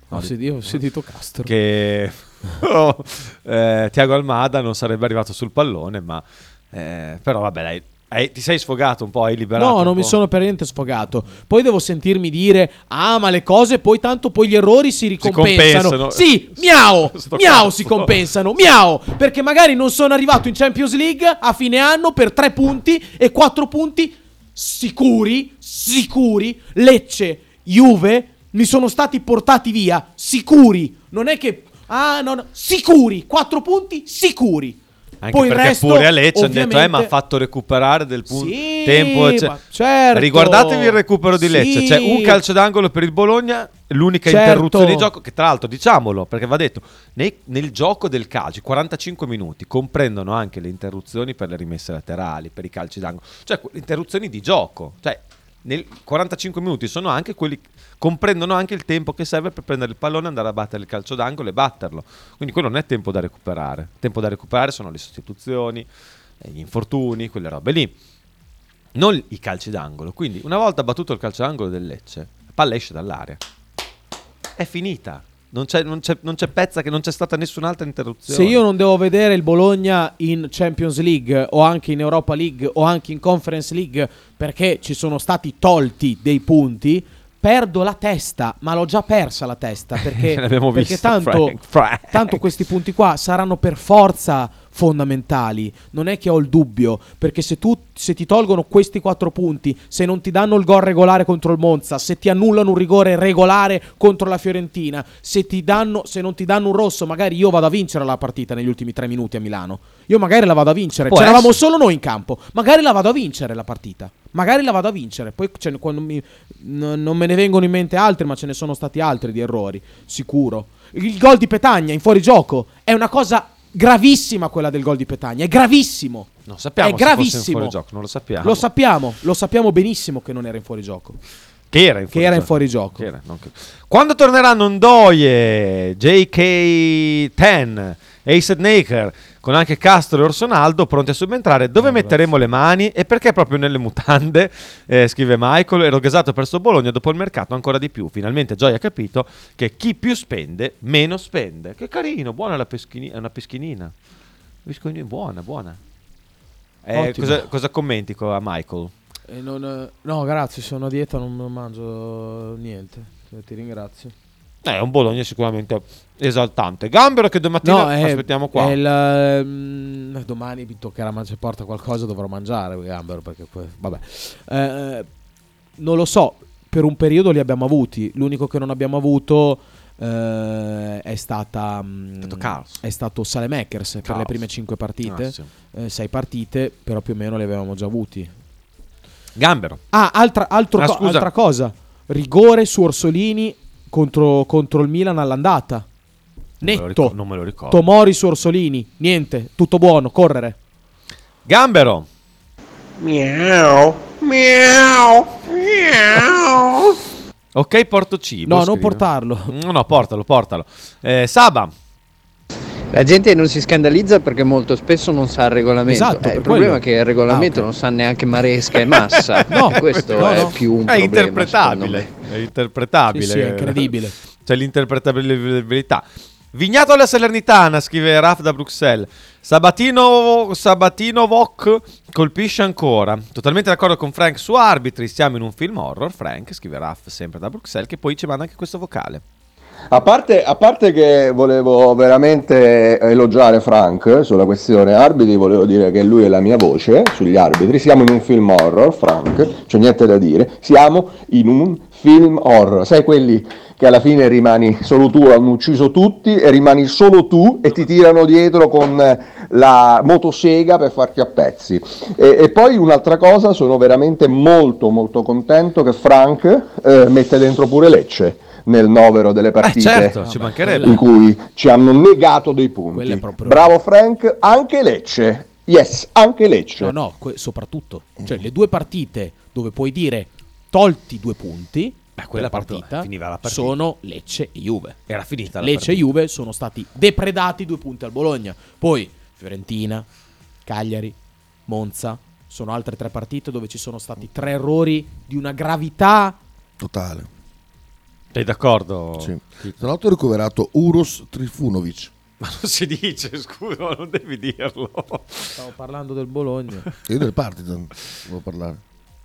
No, sì, io ho sentito Castro. Che oh, eh, Thiago Almada non sarebbe arrivato sul pallone, ma eh, però vabbè dai, hai, ti sei sfogato un po', hai liberato. No, non mi sono per niente sfogato. Poi devo sentirmi dire: ah, ma le cose poi tanto poi gli errori si ricompensano. Si compensano. Sì, miau, Sto miau cazzo. si compensano, miau, perché magari non sono arrivato in Champions League a fine anno per tre punti e quattro punti sicuri, sicuri. Lecce, Juve mi sono stati portati via, sicuri. Non è che ah, no, no, sicuri, quattro punti sicuri. Anche Poi il perché resto, pure a Lecce hanno detto ovviamente- eh ma ha fatto recuperare del punto Sì, tempo, cioè- ma certo. Riguardatevi il recupero di Lecce, Sì. c'è un calcio d'angolo per il Bologna, l'unica Certo. interruzione di gioco che tra l'altro diciamolo perché va detto nei- nel gioco del calcio i quarantacinque minuti comprendono anche le interruzioni per le rimesse laterali, per i calci d'angolo, cioè que- interruzioni di gioco, cioè nel quarantacinque minuti sono anche quelli comprendono anche il tempo che serve per prendere il pallone, andare a battere il calcio d'angolo e batterlo. Quindi quello non è tempo da recuperare. Tempo da recuperare sono le sostituzioni, eh, gli infortuni, quelle robe lì. Non i calci d'angolo. Quindi una volta battuto il calcio d'angolo del Lecce, la palla esce dall'area. È finita. Non c'è, non c'è, non c'è pezza che non c'è stata nessun'altra interruzione. Se io non devo vedere il Bologna in Champions League o anche in Europa League o anche in Conference League perché ci sono stati tolti dei punti, perdo la testa, ma l'ho già persa la testa perché, L'abbiamo perché visto, tanto, Frank, Frank. tanto questi punti qua saranno per forza fondamentali. Non è che ho il dubbio, perché se tu se ti tolgono questi quattro punti, se non ti danno il gol regolare contro il Monza, se ti annullano un rigore regolare contro la Fiorentina, se ti danno se non ti danno un rosso, magari io vado a vincere la partita negli ultimi tre minuti a Milano. Io magari la vado a vincere. Può C'eravamo essere. solo noi in campo. Magari la vado a vincere la partita. Magari la vado a vincere. Poi ce ne- quando mi, n- non me ne vengono in mente altri, ma ce ne sono stati altri di errori, sicuro. Il gol di Petagna in fuorigioco è una cosa gravissima, quella del gol di Petagna. È gravissimo. Non sappiamo è se fosse in gravissimo. fuorigioco, non lo sappiamo. Lo sappiamo, lo sappiamo benissimo che non era in fuorigioco. Che era in Che era in fuorigioco. fuorigioco. Che era, non che- Quando torneranno Ndoye, J K dieci, Ace Naker, con anche Castro e Orsonaldo pronti a subentrare, dove metteremo le mani e perché proprio nelle mutande? Eh, scrive Michael, ero gasato per sto Bologna dopo il mercato ancora di più. Finalmente Gioia ha capito che chi più spende, meno spende. Che carino, buona la peschinina, è una peschinina. Peschinina, buona, buona. Eh, Ottimo. cosa, cosa commenti co- a Michael? E non, no, grazie, sono a dieta, non non mangio niente. Ti ringrazio. È un Bologna sicuramente esaltante. Gambero che domattina No, è- aspettiamo qua. è il, mm, domani mi toccherà mangiare, porta qualcosa, dovrò mangiare Gambero, perché poi, vabbè. Eh, non lo so, per un periodo li abbiamo avuti. L'unico che non abbiamo avuto eh, è stata mm, è stato Saelemaekers per Chaos. le prime cinque partite, Ah, sì. eh, sei partite, però più o meno li avevamo già avuti. Gambero. Ah, altra, altro Ah, co- scusa. altra cosa. Rigore su Orsolini contro, contro il Milan all'andata. me lo Netto. ricor- non me lo ricordo. Tomori su Orsolini. Niente, tutto buono, correre. Gambero. Miau, miau, miau. Ok, porto cibo. No, non scrive. portarlo. No, no, portalo, portalo. Eh, Saba. La gente non si scandalizza perché molto spesso non sa il regolamento. Esatto, Eh, per il problema quello. è che il regolamento Ah, ok. non sa neanche Maresca e Massa. No, questo no, è no. più un È problema. interpretabile. secondo me. È interpretabile. Sì, sì, è incredibile. C'è l'interpretabilità. Vignato alla Salernitana, scrive Raf da Bruxelles. Sabatino, Sabatino Voc colpisce ancora. Totalmente d'accordo con Frank su arbitri. Siamo in un film horror. Frank, scrive Raf sempre da Bruxelles, che poi ci manda anche questo vocale. A parte, a parte che volevo veramente elogiare Frank sulla questione arbitri, volevo dire che lui è la mia voce sugli arbitri. Siamo in un film horror, Frank, c'è niente da dire. Siamo in un film horror, sai quelli che alla fine rimani solo tu, hanno ucciso tutti e rimani solo tu e ti tirano dietro con la motosega per farti a pezzi. E, e poi un'altra cosa, sono veramente molto molto contento che Frank eh, mette dentro pure Lecce nel novero delle partite certo, ci mancherebbe. in cui ci hanno negato dei punti. Quella è proprio- Bravo Frank, anche Lecce. Yes, anche Lecce. No, no, que- soprattutto. Cioè, le due partite dove puoi dire tolti due punti, Beh, quella per partita, partita, finiva la partita. sono Lecce e Juve. Era finita la Lecce partita. e Juve sono stati depredati due punti al Bologna. Poi Fiorentina, Cagliari, Monza, sono altre tre partite dove ci sono stati tre errori di una gravità Totale. Sei d'accordo? Sì. Tra l'altro ho ricoverato Uros Trifunovic. Ma non si dice, scusa, non devi dirlo. Stavo parlando del Bologna. Io del Partizan devo parlare.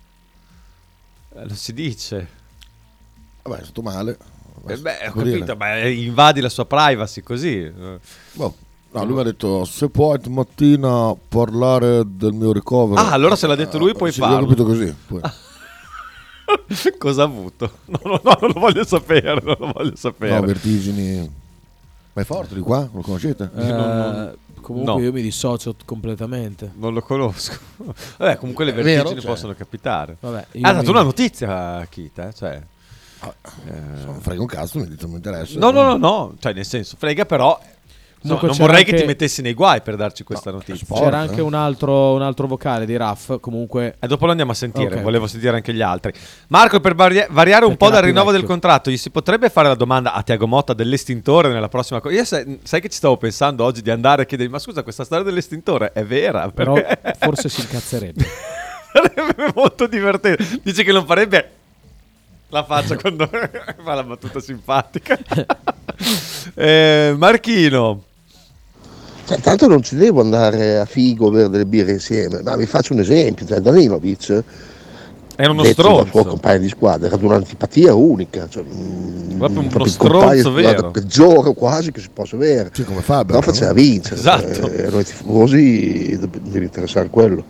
Eh, non si dice. Vabbè, è stato male. Eh beh, ho Vuol dire. capito, ma invadi la sua privacy così. Boh. No, lui mi ha detto se puoi mattina parlare del mio ricovero. Ah, allora se l'ha detto lui puoi sì, farlo. Io ho capito così. Poi. Cosa ha avuto? No, no, no, non lo voglio sapere, non lo voglio sapere. No, vertigini. Ma è forte di qua? Lo conoscete? Eh, non- non- comunque no. io mi dissocio completamente. Non lo conosco. Vabbè, comunque le È vero, vertigini cioè. possono capitare. Vabbè, io Ha dato mi- una notizia, Kit, eh? Cioè, Non frega un cazzo, mi dite, non mi interessa. no, no, no, no, cioè nel senso, frega però. Comunque non c'era vorrei che anche- ti mettessi nei guai per darci questa notizia. sport, C'era eh. anche un altro, un altro vocale di Raff. Comunque, E dopo lo andiamo a sentire, Ok. volevo sentire anche gli altri. Marco, per vari- variare un Perché po' era dal più rinnovo del vecchio. contratto, gli si potrebbe fare la domanda a Tiago Motta dell'estintore nella prossima cosa? Io sai, sai che ci stavo pensando oggi di andare a chiedergli, ma scusa, questa storia dell'estintore è vera? però Perché forse si incazzerebbe. sarebbe molto divertente. Dice che non farebbe la faccia quando fa la battuta simpatica. eh, Marchino. Cioè, tanto non ci devo andare a Figo a bere delle birre insieme, ma vi faccio un esempio, cioè Danilo,vic È uno detto dal suo stronzo. compagno di squadra, era di un'antipatia unica, cioè, mm, Proprio uno proprio il stronzo compagno di squadra vero. peggiore quasi che si possa avere. Sì, come fa? Però faceva vincere, Esatto. cioè, noi tifosi deve deve interessare quello.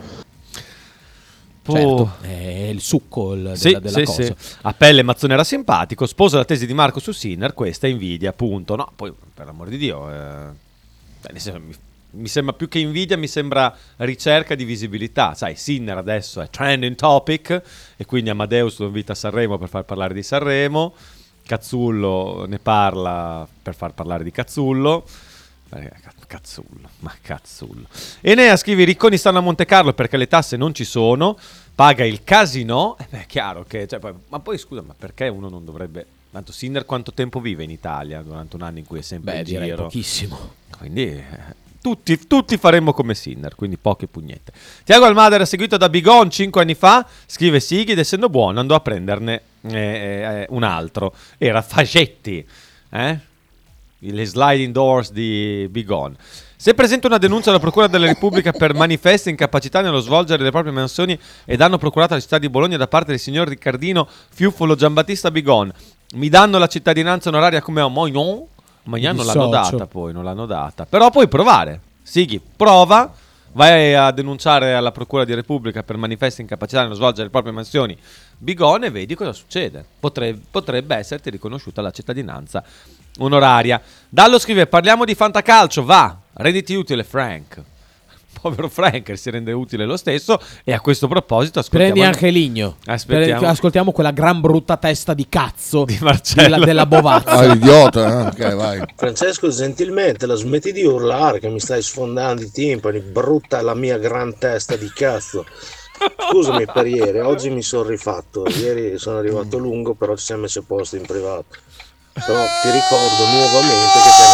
Certo, è il succo il- Sì, della, della sì, cosa. sì. A pelle Mazzone era simpatico, sposa la tesi di Marco su Sinner, questa è invidia, appunto. No, poi per l'amor di Dio, eh, cioè, nel senso, mi, mi sembra più che invidia, mi sembra ricerca di visibilità. Sai, Sinner adesso è trending topic e quindi Amadeus lo invita a Sanremo per far parlare di Sanremo, Cazzullo ne parla per far parlare di Cazzullo. Eh, Cazzullo, ma Cazzullo. Enea scrive: i ricconi stanno a Monte Carlo perché le tasse non ci sono, paga il casino. E beh, è chiaro che, cioè, poi- ma poi scusa, ma perché uno non dovrebbe. Tanto Sinner quanto tempo vive in Italia durante un anno in cui è sempre Beh, in direi giro? pochissimo. Quindi eh, tutti, tutti faremmo come Sinner, quindi poche pugnette. Tiago Almada era seguito da Bigon cinque anni fa, scrive Sighi, ed essendo buono andò a prenderne eh, eh, un altro. Era Fagetti, eh? le sliding doors di Bigon. Se presenta una denuncia alla Procura della Repubblica per manifesta incapacità nello svolgere le proprie mansioni e danno procurato alla città di Bologna da parte del signor Riccardino Fiuffolo Giambattista Bigon, mi danno la cittadinanza onoraria come a Moignon? Ma non Mi l'hanno dissocio. data poi, non l'hanno data. Però puoi provare. Sighi, prova, vai a denunciare alla Procura di Repubblica per manifesta incapacità nello svolgere le proprie mansioni Bigon e vedi cosa succede. Potrebbe, potrebbe esserti riconosciuta la cittadinanza onoraria. Dallo scrive: parliamo di fantacalcio, va, renditi utile Frank. Povero Frank si rende utile lo stesso. E a questo proposito ascoltiamo Prendi anche Ligno. Aspettiamo. Per- ascoltiamo quella gran brutta testa di cazzo Di Marcello. della, della Bovazza. Ah, idiota, eh? Ok, vai. Francesco, gentilmente, la smetti di urlare che mi stai sfondando i timpani, brutta la mia gran testa di cazzo. Scusami per ieri, oggi mi sono rifatto, ieri sono arrivato lungo, però ci siamo messi a posto in privato. Però ti ricordo nuovamente che sei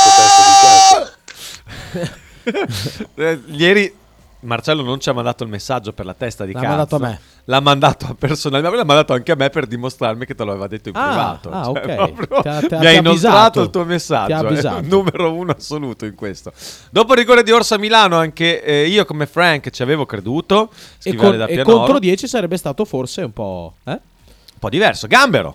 una gran brutta testa di cazzo. Eh, ieri Marcello non ci ha mandato il messaggio per la testa di L'ha cazzo. mandato a me. L'ha mandato a personalmente, l'ha mandato anche a me per dimostrarmi che te lo aveva detto in Ah, privato. ah, Cioè, ok. proprio Ti ha- ti ha- mi ha ti ha inoltrato avvisato. il tuo messaggio. Ti ha eh. avvisato. Numero uno assoluto in questo. Dopo il rigore di Orsa Milano, anche eh, io come Frank ci avevo creduto. E, Scrive con- Ale da e Pianoro. contro dieci sarebbe stato forse un po'. Eh? Un po' diverso. Gambero.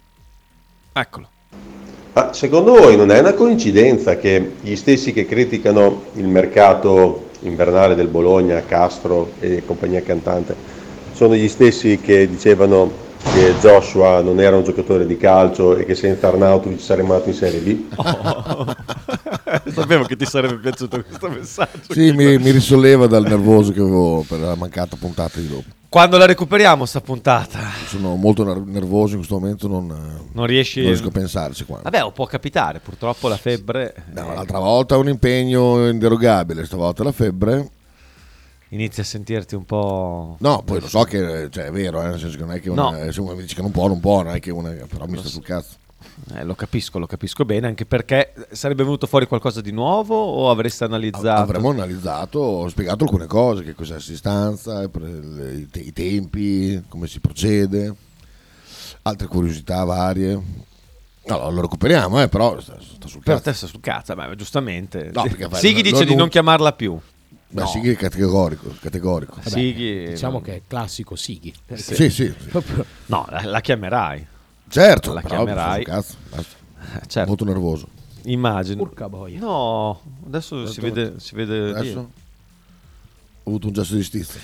Eccolo. Ma secondo voi non è una coincidenza che gli stessi che criticano il mercato invernale del Bologna, Castro e compagnia cantante, sono gli stessi che dicevano che Joshua non era un giocatore di calcio e che senza Arnautovic saremmo andati in Serie B? Oh. Sapevo che ti sarebbe piaciuto questo messaggio. Sì, mi, mi risolleva dal nervoso che avevo per la mancata puntata di dopo. Quando la recuperiamo sta puntata? Sono molto ner- nervoso in questo momento, non, Non riesci- non riesco a pensarci qua. Vabbè, o può capitare, purtroppo la febbre. No, eh, l'altra volta un impegno inderogabile, stavolta la febbre. Inizi a sentirti un po'. No, poi lo so che cioè, è vero, eh, nel senso che non è che una, No. eh, se uno mi dice che non può, non può, non è che una, però mi sta sul cazzo. Eh, lo capisco, lo capisco bene, anche perché sarebbe venuto fuori qualcosa di nuovo o avreste analizzato? Avremmo analizzato, ho spiegato alcune cose, che cos'è assistanza, i, pre- i te- i tempi, come si procede. Altre curiosità varie. Allora lo recuperiamo, eh, però sta, sta sul Per cazzo. te sta sul cazzo, ma giustamente. No, perché fai- Sighi lo- dice lo- di non chiamarla più. Beh, No. Sighi è categorico, categorico. Vabbè, Sighi- diciamo che è classico Sighi. Sì, sì, sì. No, la, la chiamerai. Certo, la però, chiamerai. sul cazzo, basta. Certo. Molto nervoso. Immagino. Porca boia. No, adesso si vede, si vede Adesso lì. ho avuto un gesto di stizza.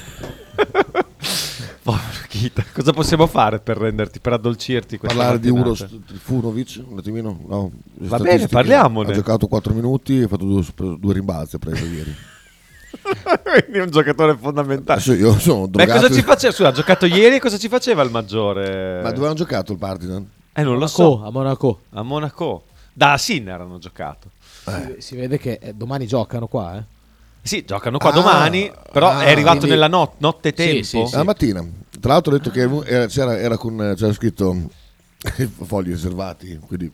Povero Kita, cosa possiamo fare per renderti, per addolcirti questa Parlare di mattinata? Uros Trifunovic un attimino? No, le Va bene, statistiche. parliamone. Ha giocato quattro minuti e ha fatto due, due rimbalzi, ha preso ieri. Quindi è un giocatore fondamentale. Adesso io sono Beh, drogato. cosa ci faceva? Scusa, ha giocato ieri e cosa ci faceva il maggiore? Ma dove hanno giocato il Partizan? Eh, non lo Monaco, so. a Monaco. A Monaco. Da Sinner hanno giocato. Si, si vede che eh, domani giocano qua, eh. Sì, giocano qua Ah, domani, però ah, è arrivato quindi- nella not- notte Sì, tempo. sì, sì. La mattina. Tra l'altro ho detto che era, c'era, era con, c'era scritto fogli riservati, quindi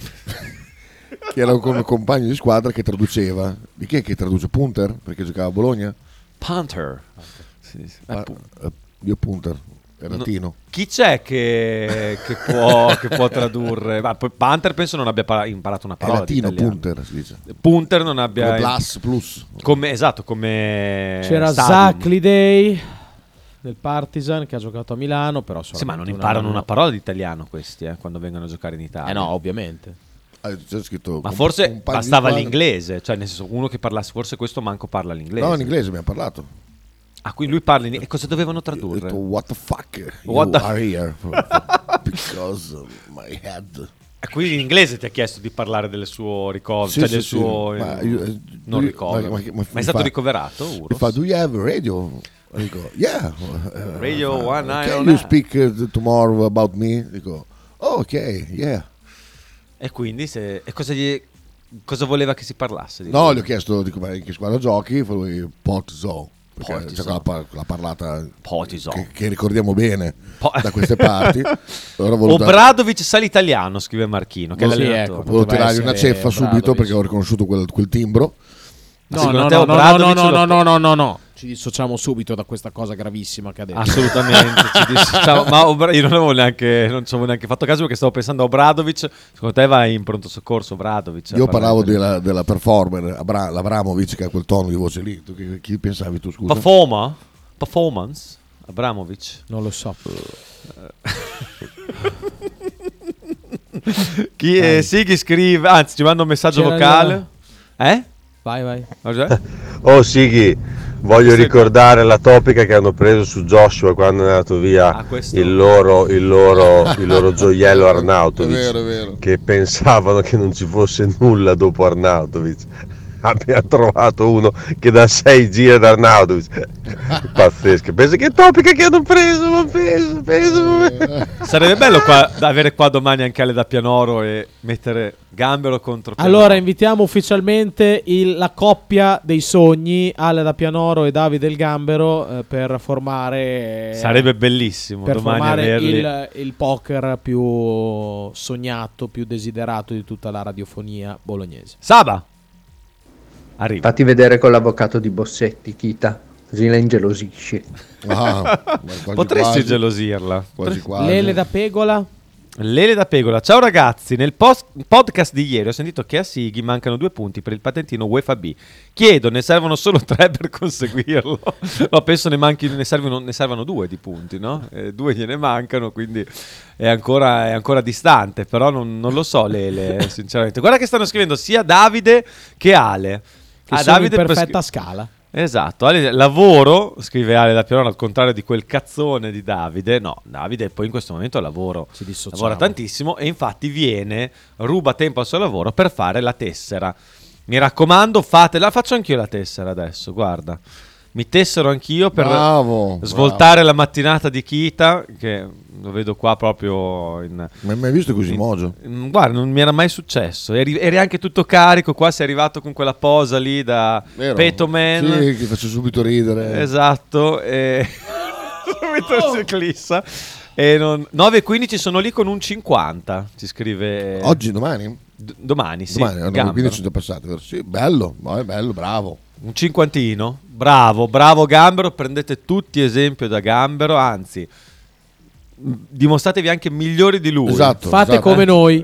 che era con un compagno di squadra che traduceva. Di chi è che traduce? Punter? Perché giocava a Bologna? Punter. Sì, sì. Eh, Ah, pu- eh, io Punter, era No. Tino. Chi c'è che, che, può, che può tradurre? Ma poi Punter penso non abbia para- imparato una È parola di latino, italiano. Punter si dice. Punter non abbia Come plus, plus. come, esatto, come C'era stadium. Zach Lidey del Partizan che ha giocato a Milano, però Sì, ma non solamente un imparano anno. una parola di italiano questi eh, quando vengono a giocare in Italia. Eh no, ovviamente. Ah, c'era scritto Ma com- forse compagno di bastava squadra. l'inglese, cioè nel senso uno che parlasse, forse questo manco parla l'inglese. No, in inglese abbiamo parlato. Ah, quindi lui parla in e cosa dovevano Ho tradurre? detto, what the fuck? You What the- are here for- for- because of my head. E quindi in inglese ti ha chiesto di parlare del suo ricovero, Sì, cioè sì, del sì. suo Ma eh, io- eh, non lui- ricovero. ma- Ma, ma- ma- è mi stato fa- ricoverato, Mi Uros? fa, do you have a radio? Dico, yeah. Radio Uh, one nine Can oh you nine. speak uh, tomorrow about me? Dico, oh, ok, yeah. E quindi se, e cosa, gli, cosa voleva che si parlasse? di No, lui? gli ho chiesto dico, ma in che squadra giochi? Fa lui, Potzo. Perché Potzo. c'è quella, par- quella parlata Potzo. che, che ricordiamo bene Po- da queste parti. Allora ho voluto, Obradovic sa l'italiano, scrive Marchino, che è volevo- l'allenatore. volevo poteva tirargli una essere ceffa subito Obradovic. perché ho riconosciuto quel, quel timbro. No, secondo no, te no, no, no, Obradovic no, lo- no, no, no, no, no. Ci dissociamo subito da questa cosa gravissima che ha detto. Assolutamente, ci dissociamo. Ma Obra- io non avevo neanche, non ci avevo neanche fatto caso perché stavo pensando a Obradovic. Secondo te vai in pronto soccorso Obradovic? Io a parlavo parlare della, della performer, Abra- l'Abramovic che ha quel tono di voce lì. Tu chi, chi pensavi tu, del- scusa? Performer? Performance? Abramovic? Non lo so. Chi è? Sighi scrive, anzi ci manda un messaggio C'era vocale. Eh? Vai, vai. Cos'è? Oh Sighi, voglio ricordare la topica che hanno preso su Joshua quando è andato via Ah, questo- il loro, il loro, il loro gioiello Arnautovic, È vero, è vero. che pensavano che non ci fosse nulla dopo Arnautovic. Abbiamo trovato uno che dà sei giri ad Arnautovic. Pazzesco. Pensa che topica che hanno preso, ma penso, penso. Sarebbe bello qua, da avere qua domani anche Ale da Pianoro e mettere Gambero contro Pianoro. Allora invitiamo ufficialmente il- la coppia dei sogni, Ale da Pianoro e Davide il Gambero, eh, per formare Sarebbe bellissimo per domani formare averli. il, il poker più sognato, più desiderato di tutta la radiofonia bolognese. Saba arriva. Fatti vedere con l'avvocato di Bossetti, Kita, così la ingelosisci. Ah, quasi Potresti quasi. gelosirla. Quasi quasi. Lele da Pegola? Lele da Pegola. Ciao ragazzi, nel post- podcast di ieri ho sentito che a Sighi mancano due punti per il patentino UEFA B. Chiedo, ne servono solo tre per conseguirlo? No, penso ne, manchi, ne, servono, ne servano due di punti, no? Eh, due gliene mancano, quindi è ancora, è ancora distante, però non, non lo so Lele, sinceramente. Guarda che stanno scrivendo sia Davide che Ale. Che Ah, sono Davide in per perfetta scri- scala. Esatto, Ale- lavoro, scrive Ale da Pianoro, al contrario di quel cazzone di Davide. No, Davide poi in questo momento lavoro, Ci dissociamo. lavora tantissimo e infatti viene, ruba tempo al suo lavoro per fare la tessera. Mi raccomando, fatela, faccio anch'io la tessera adesso, guarda. Mi tessero anch'io per Bravo, svoltare la mattinata di Kita, che lo vedo qua proprio in... Ma hai mai visto così mogio? Mm, Guarda, non mi era mai successo. Eri, eri anche tutto carico. Qua sei arrivato con quella posa lì da Vero? Petoman. Sì, che faccio subito ridere. Esatto. E... subito si eclissa. E non... nove e quindici sono lì con un cinquanta. Ci scrive Oggi, domani? D- domani, sì. Domani, alle Gambero. quindici sono già passate, vero? Sì, bello, no, è bello, bravo. Un cinquantino. Bravo, bravo Gambero. Prendete tutti esempio da Gambero. Anzi, dimostratevi anche migliori di lui. Esatto, Fate esatto. come noi.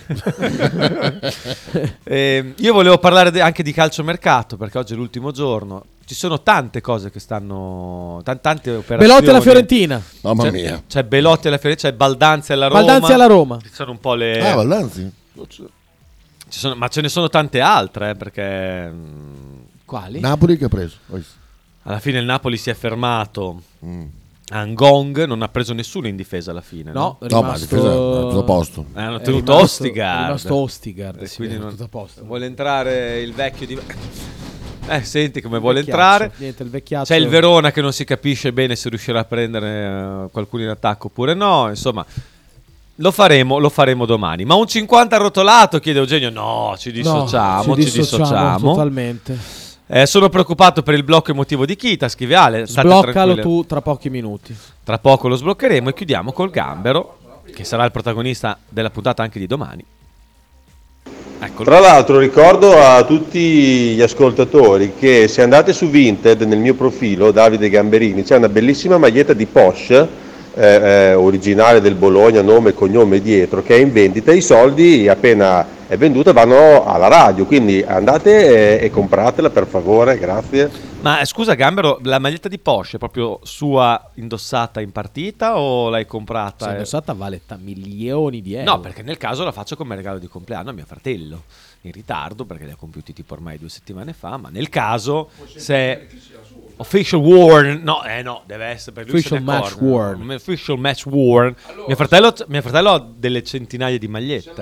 Eh, io volevo parlare de- anche di calciomercato, perché oggi è l'ultimo giorno. Ci sono tante cose che stanno, t- tante operazioni. Belotti alla Fiorentina. Mamma c'è, mia. C'è Belotti alla Fiorentina, c'è Baldanzi alla Roma. Baldanzi alla Roma. Ci sono un po' le... Ah, Baldanzi? Ci sono, ma ce ne sono tante altre, eh, perché... Quali? Napoli che ha preso? Alla fine il Napoli si è fermato. Mm. Angong non ha preso nessuno in difesa alla fine. No, No, è No, ma la rimasto... difesa è tutto a posto. Eh, hanno è tenuto rimasto- Ostigard. È rimasto Ostigard, E sì, quindi è non- tutto a posto. vuole entrare il vecchio di... Eh, senti come vuole Vecchiaccio. entrare. Niente, il vecchiaccio. C'è il Verona che non si capisce bene se riuscirà a prendere eh, qualcuno in attacco oppure no. Insomma, lo faremo, lo faremo domani. Ma un cinquanta arrotolato, chiede Eugenio. No, ci dissociamo, No, ci dissociamo. totalmente. Eh, sono preoccupato per il blocco emotivo di Kita, scrive Ale. State Sbloccalo tranquilli. tu tra pochi minuti. Tra poco lo sbloccheremo e chiudiamo col Gambero, che sarà il protagonista della puntata anche di domani. Eccolo. Tra l'altro ricordo a tutti gli ascoltatori che se andate su Vinted nel mio profilo Davide Gamberini c'è una bellissima maglietta di Porsche eh, eh, originale del Bologna, nome e cognome dietro, che è in vendita. I soldi appena è venduta vanno alla radio, quindi andate e, e compratela per favore, grazie. Ma eh, scusa Gambero, la maglietta di Porsche è proprio sua indossata in partita o l'hai comprata? Se eh? indossata vale t- milioni di euro. No, perché nel caso la faccio come regalo di compleanno a mio fratello, in ritardo perché li ha compiuti tipo ormai due settimane fa, ma nel caso se official worn, no, eh no, deve essere per lui Official se ne match accorge. worn. Official match worn. Mio fratello, mio fratello ha delle centinaia di magliette.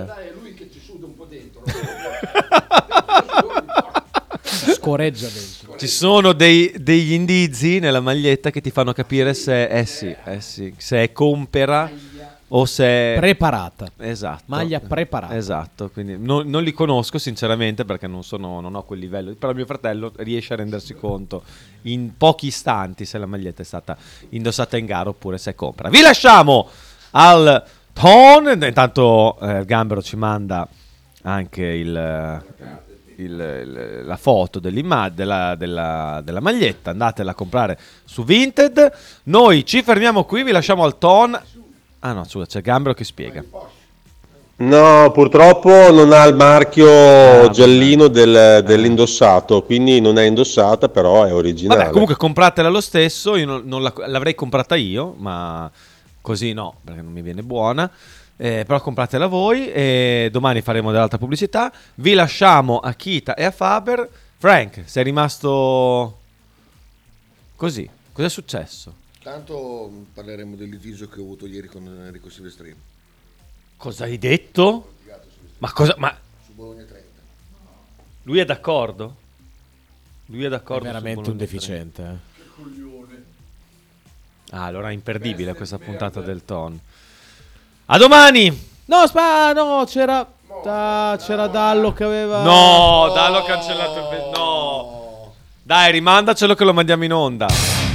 Scoreggia dentro. Ci sono dei- degli indizi nella maglietta che ti fanno capire se eh sì, eh sì, se è compera o se è Preparata. Esatto. Maglia preparata. Esatto, quindi non, non li conosco sinceramente perché non, sono, non ho quel livello, però mio fratello riesce a rendersi conto in pochi istanti se la maglietta è stata indossata in gara oppure se è compra. Vi lasciamo al ton, intanto eh, il Gambero ci manda anche il... Il, il- la foto dell'imma- della, della, della maglietta, andatela a comprare su Vinted. Noi ci fermiamo qui, vi lasciamo al ton. Ah no, scusa, c'è Gambero che spiega. No, purtroppo non ha il marchio giallino del- dell'indossato, quindi non è indossata, però è originale. Vabbè, comunque compratela lo stesso. Io non, non la- l'avrei comprata io, ma così no, perché non mi viene buona. Eh, però compratela voi e domani faremo dell'altra pubblicità. Vi lasciamo a Kita e a Faber. Frank, sei rimasto così. Cos'è successo? Tanto parleremo del litigio che ho avuto ieri con Enrico Silvestrini. Cosa hai detto? Ma cosa? Ma Su Bologna trenta. lui è d'accordo? Lui è È d'accordo? su veramente Bologna un deficiente. trenta? Ah, allora è imperdibile questa puntata del ton. A domani! No, spa, no, c'era ah, c'era Dallo che aveva No, Dallo ha cancellato il pe- no. Dai, rimandacelo che lo mandiamo in onda.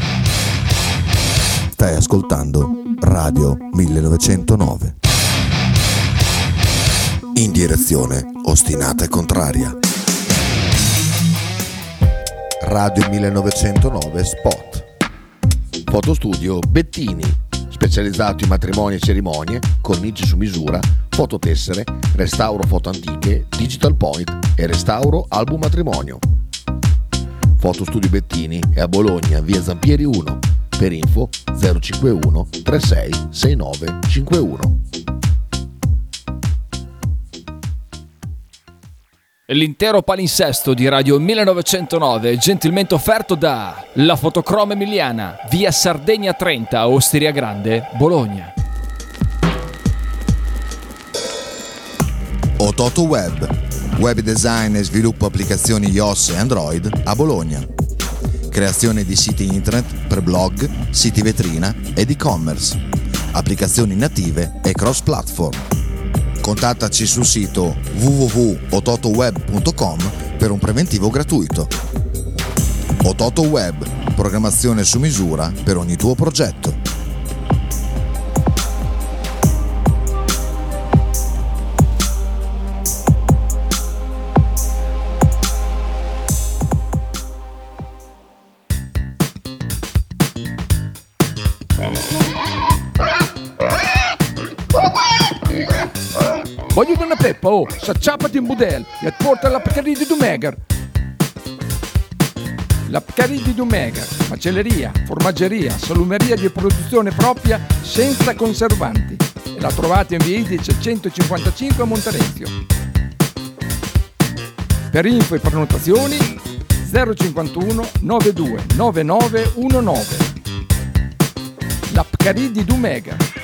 Stai ascoltando Radio millenovecentonove. In direzione ostinata e contraria. Radio millenovecentonove Spot. Fotostudio Bettini, specializzato in matrimoni e cerimonie, cornici su misura, fototessere, restauro foto antiche, digital point e restauro album matrimonio. Fotostudio Bettini è a Bologna, via Zampieri uno. Per info zero cinquantuno trentasei sessantanove cinquantuno. L'intero palinsesto di Radio millenovecentonove gentilmente offerto da La Fotocroma Emiliana, via Sardegna trenta, Osteria Grande, Bologna. Ototo Web, web design e sviluppo applicazioni iOS e Android a Bologna. Creazione di siti internet per blog, siti vetrina ed e-commerce. Applicazioni native e cross-platform. Contattaci sul sito w w w punto ototoweb punto com per un preventivo gratuito. Ototo Web, programmazione su misura per ogni tuo progetto. Voglio una peppa, oh, s'acciappati in budel e porta la Pcaridi di Dumegar. La Pcaridi di Dumegar, macelleria, formaggeria, salumeria di produzione propria senza conservanti. E la trovate in via Idice centocinquantacinque a Monterezio. Per info e prenotazioni zero cinquantuno novantadue novantanove diciannove. La Pcaridi di Dumegar.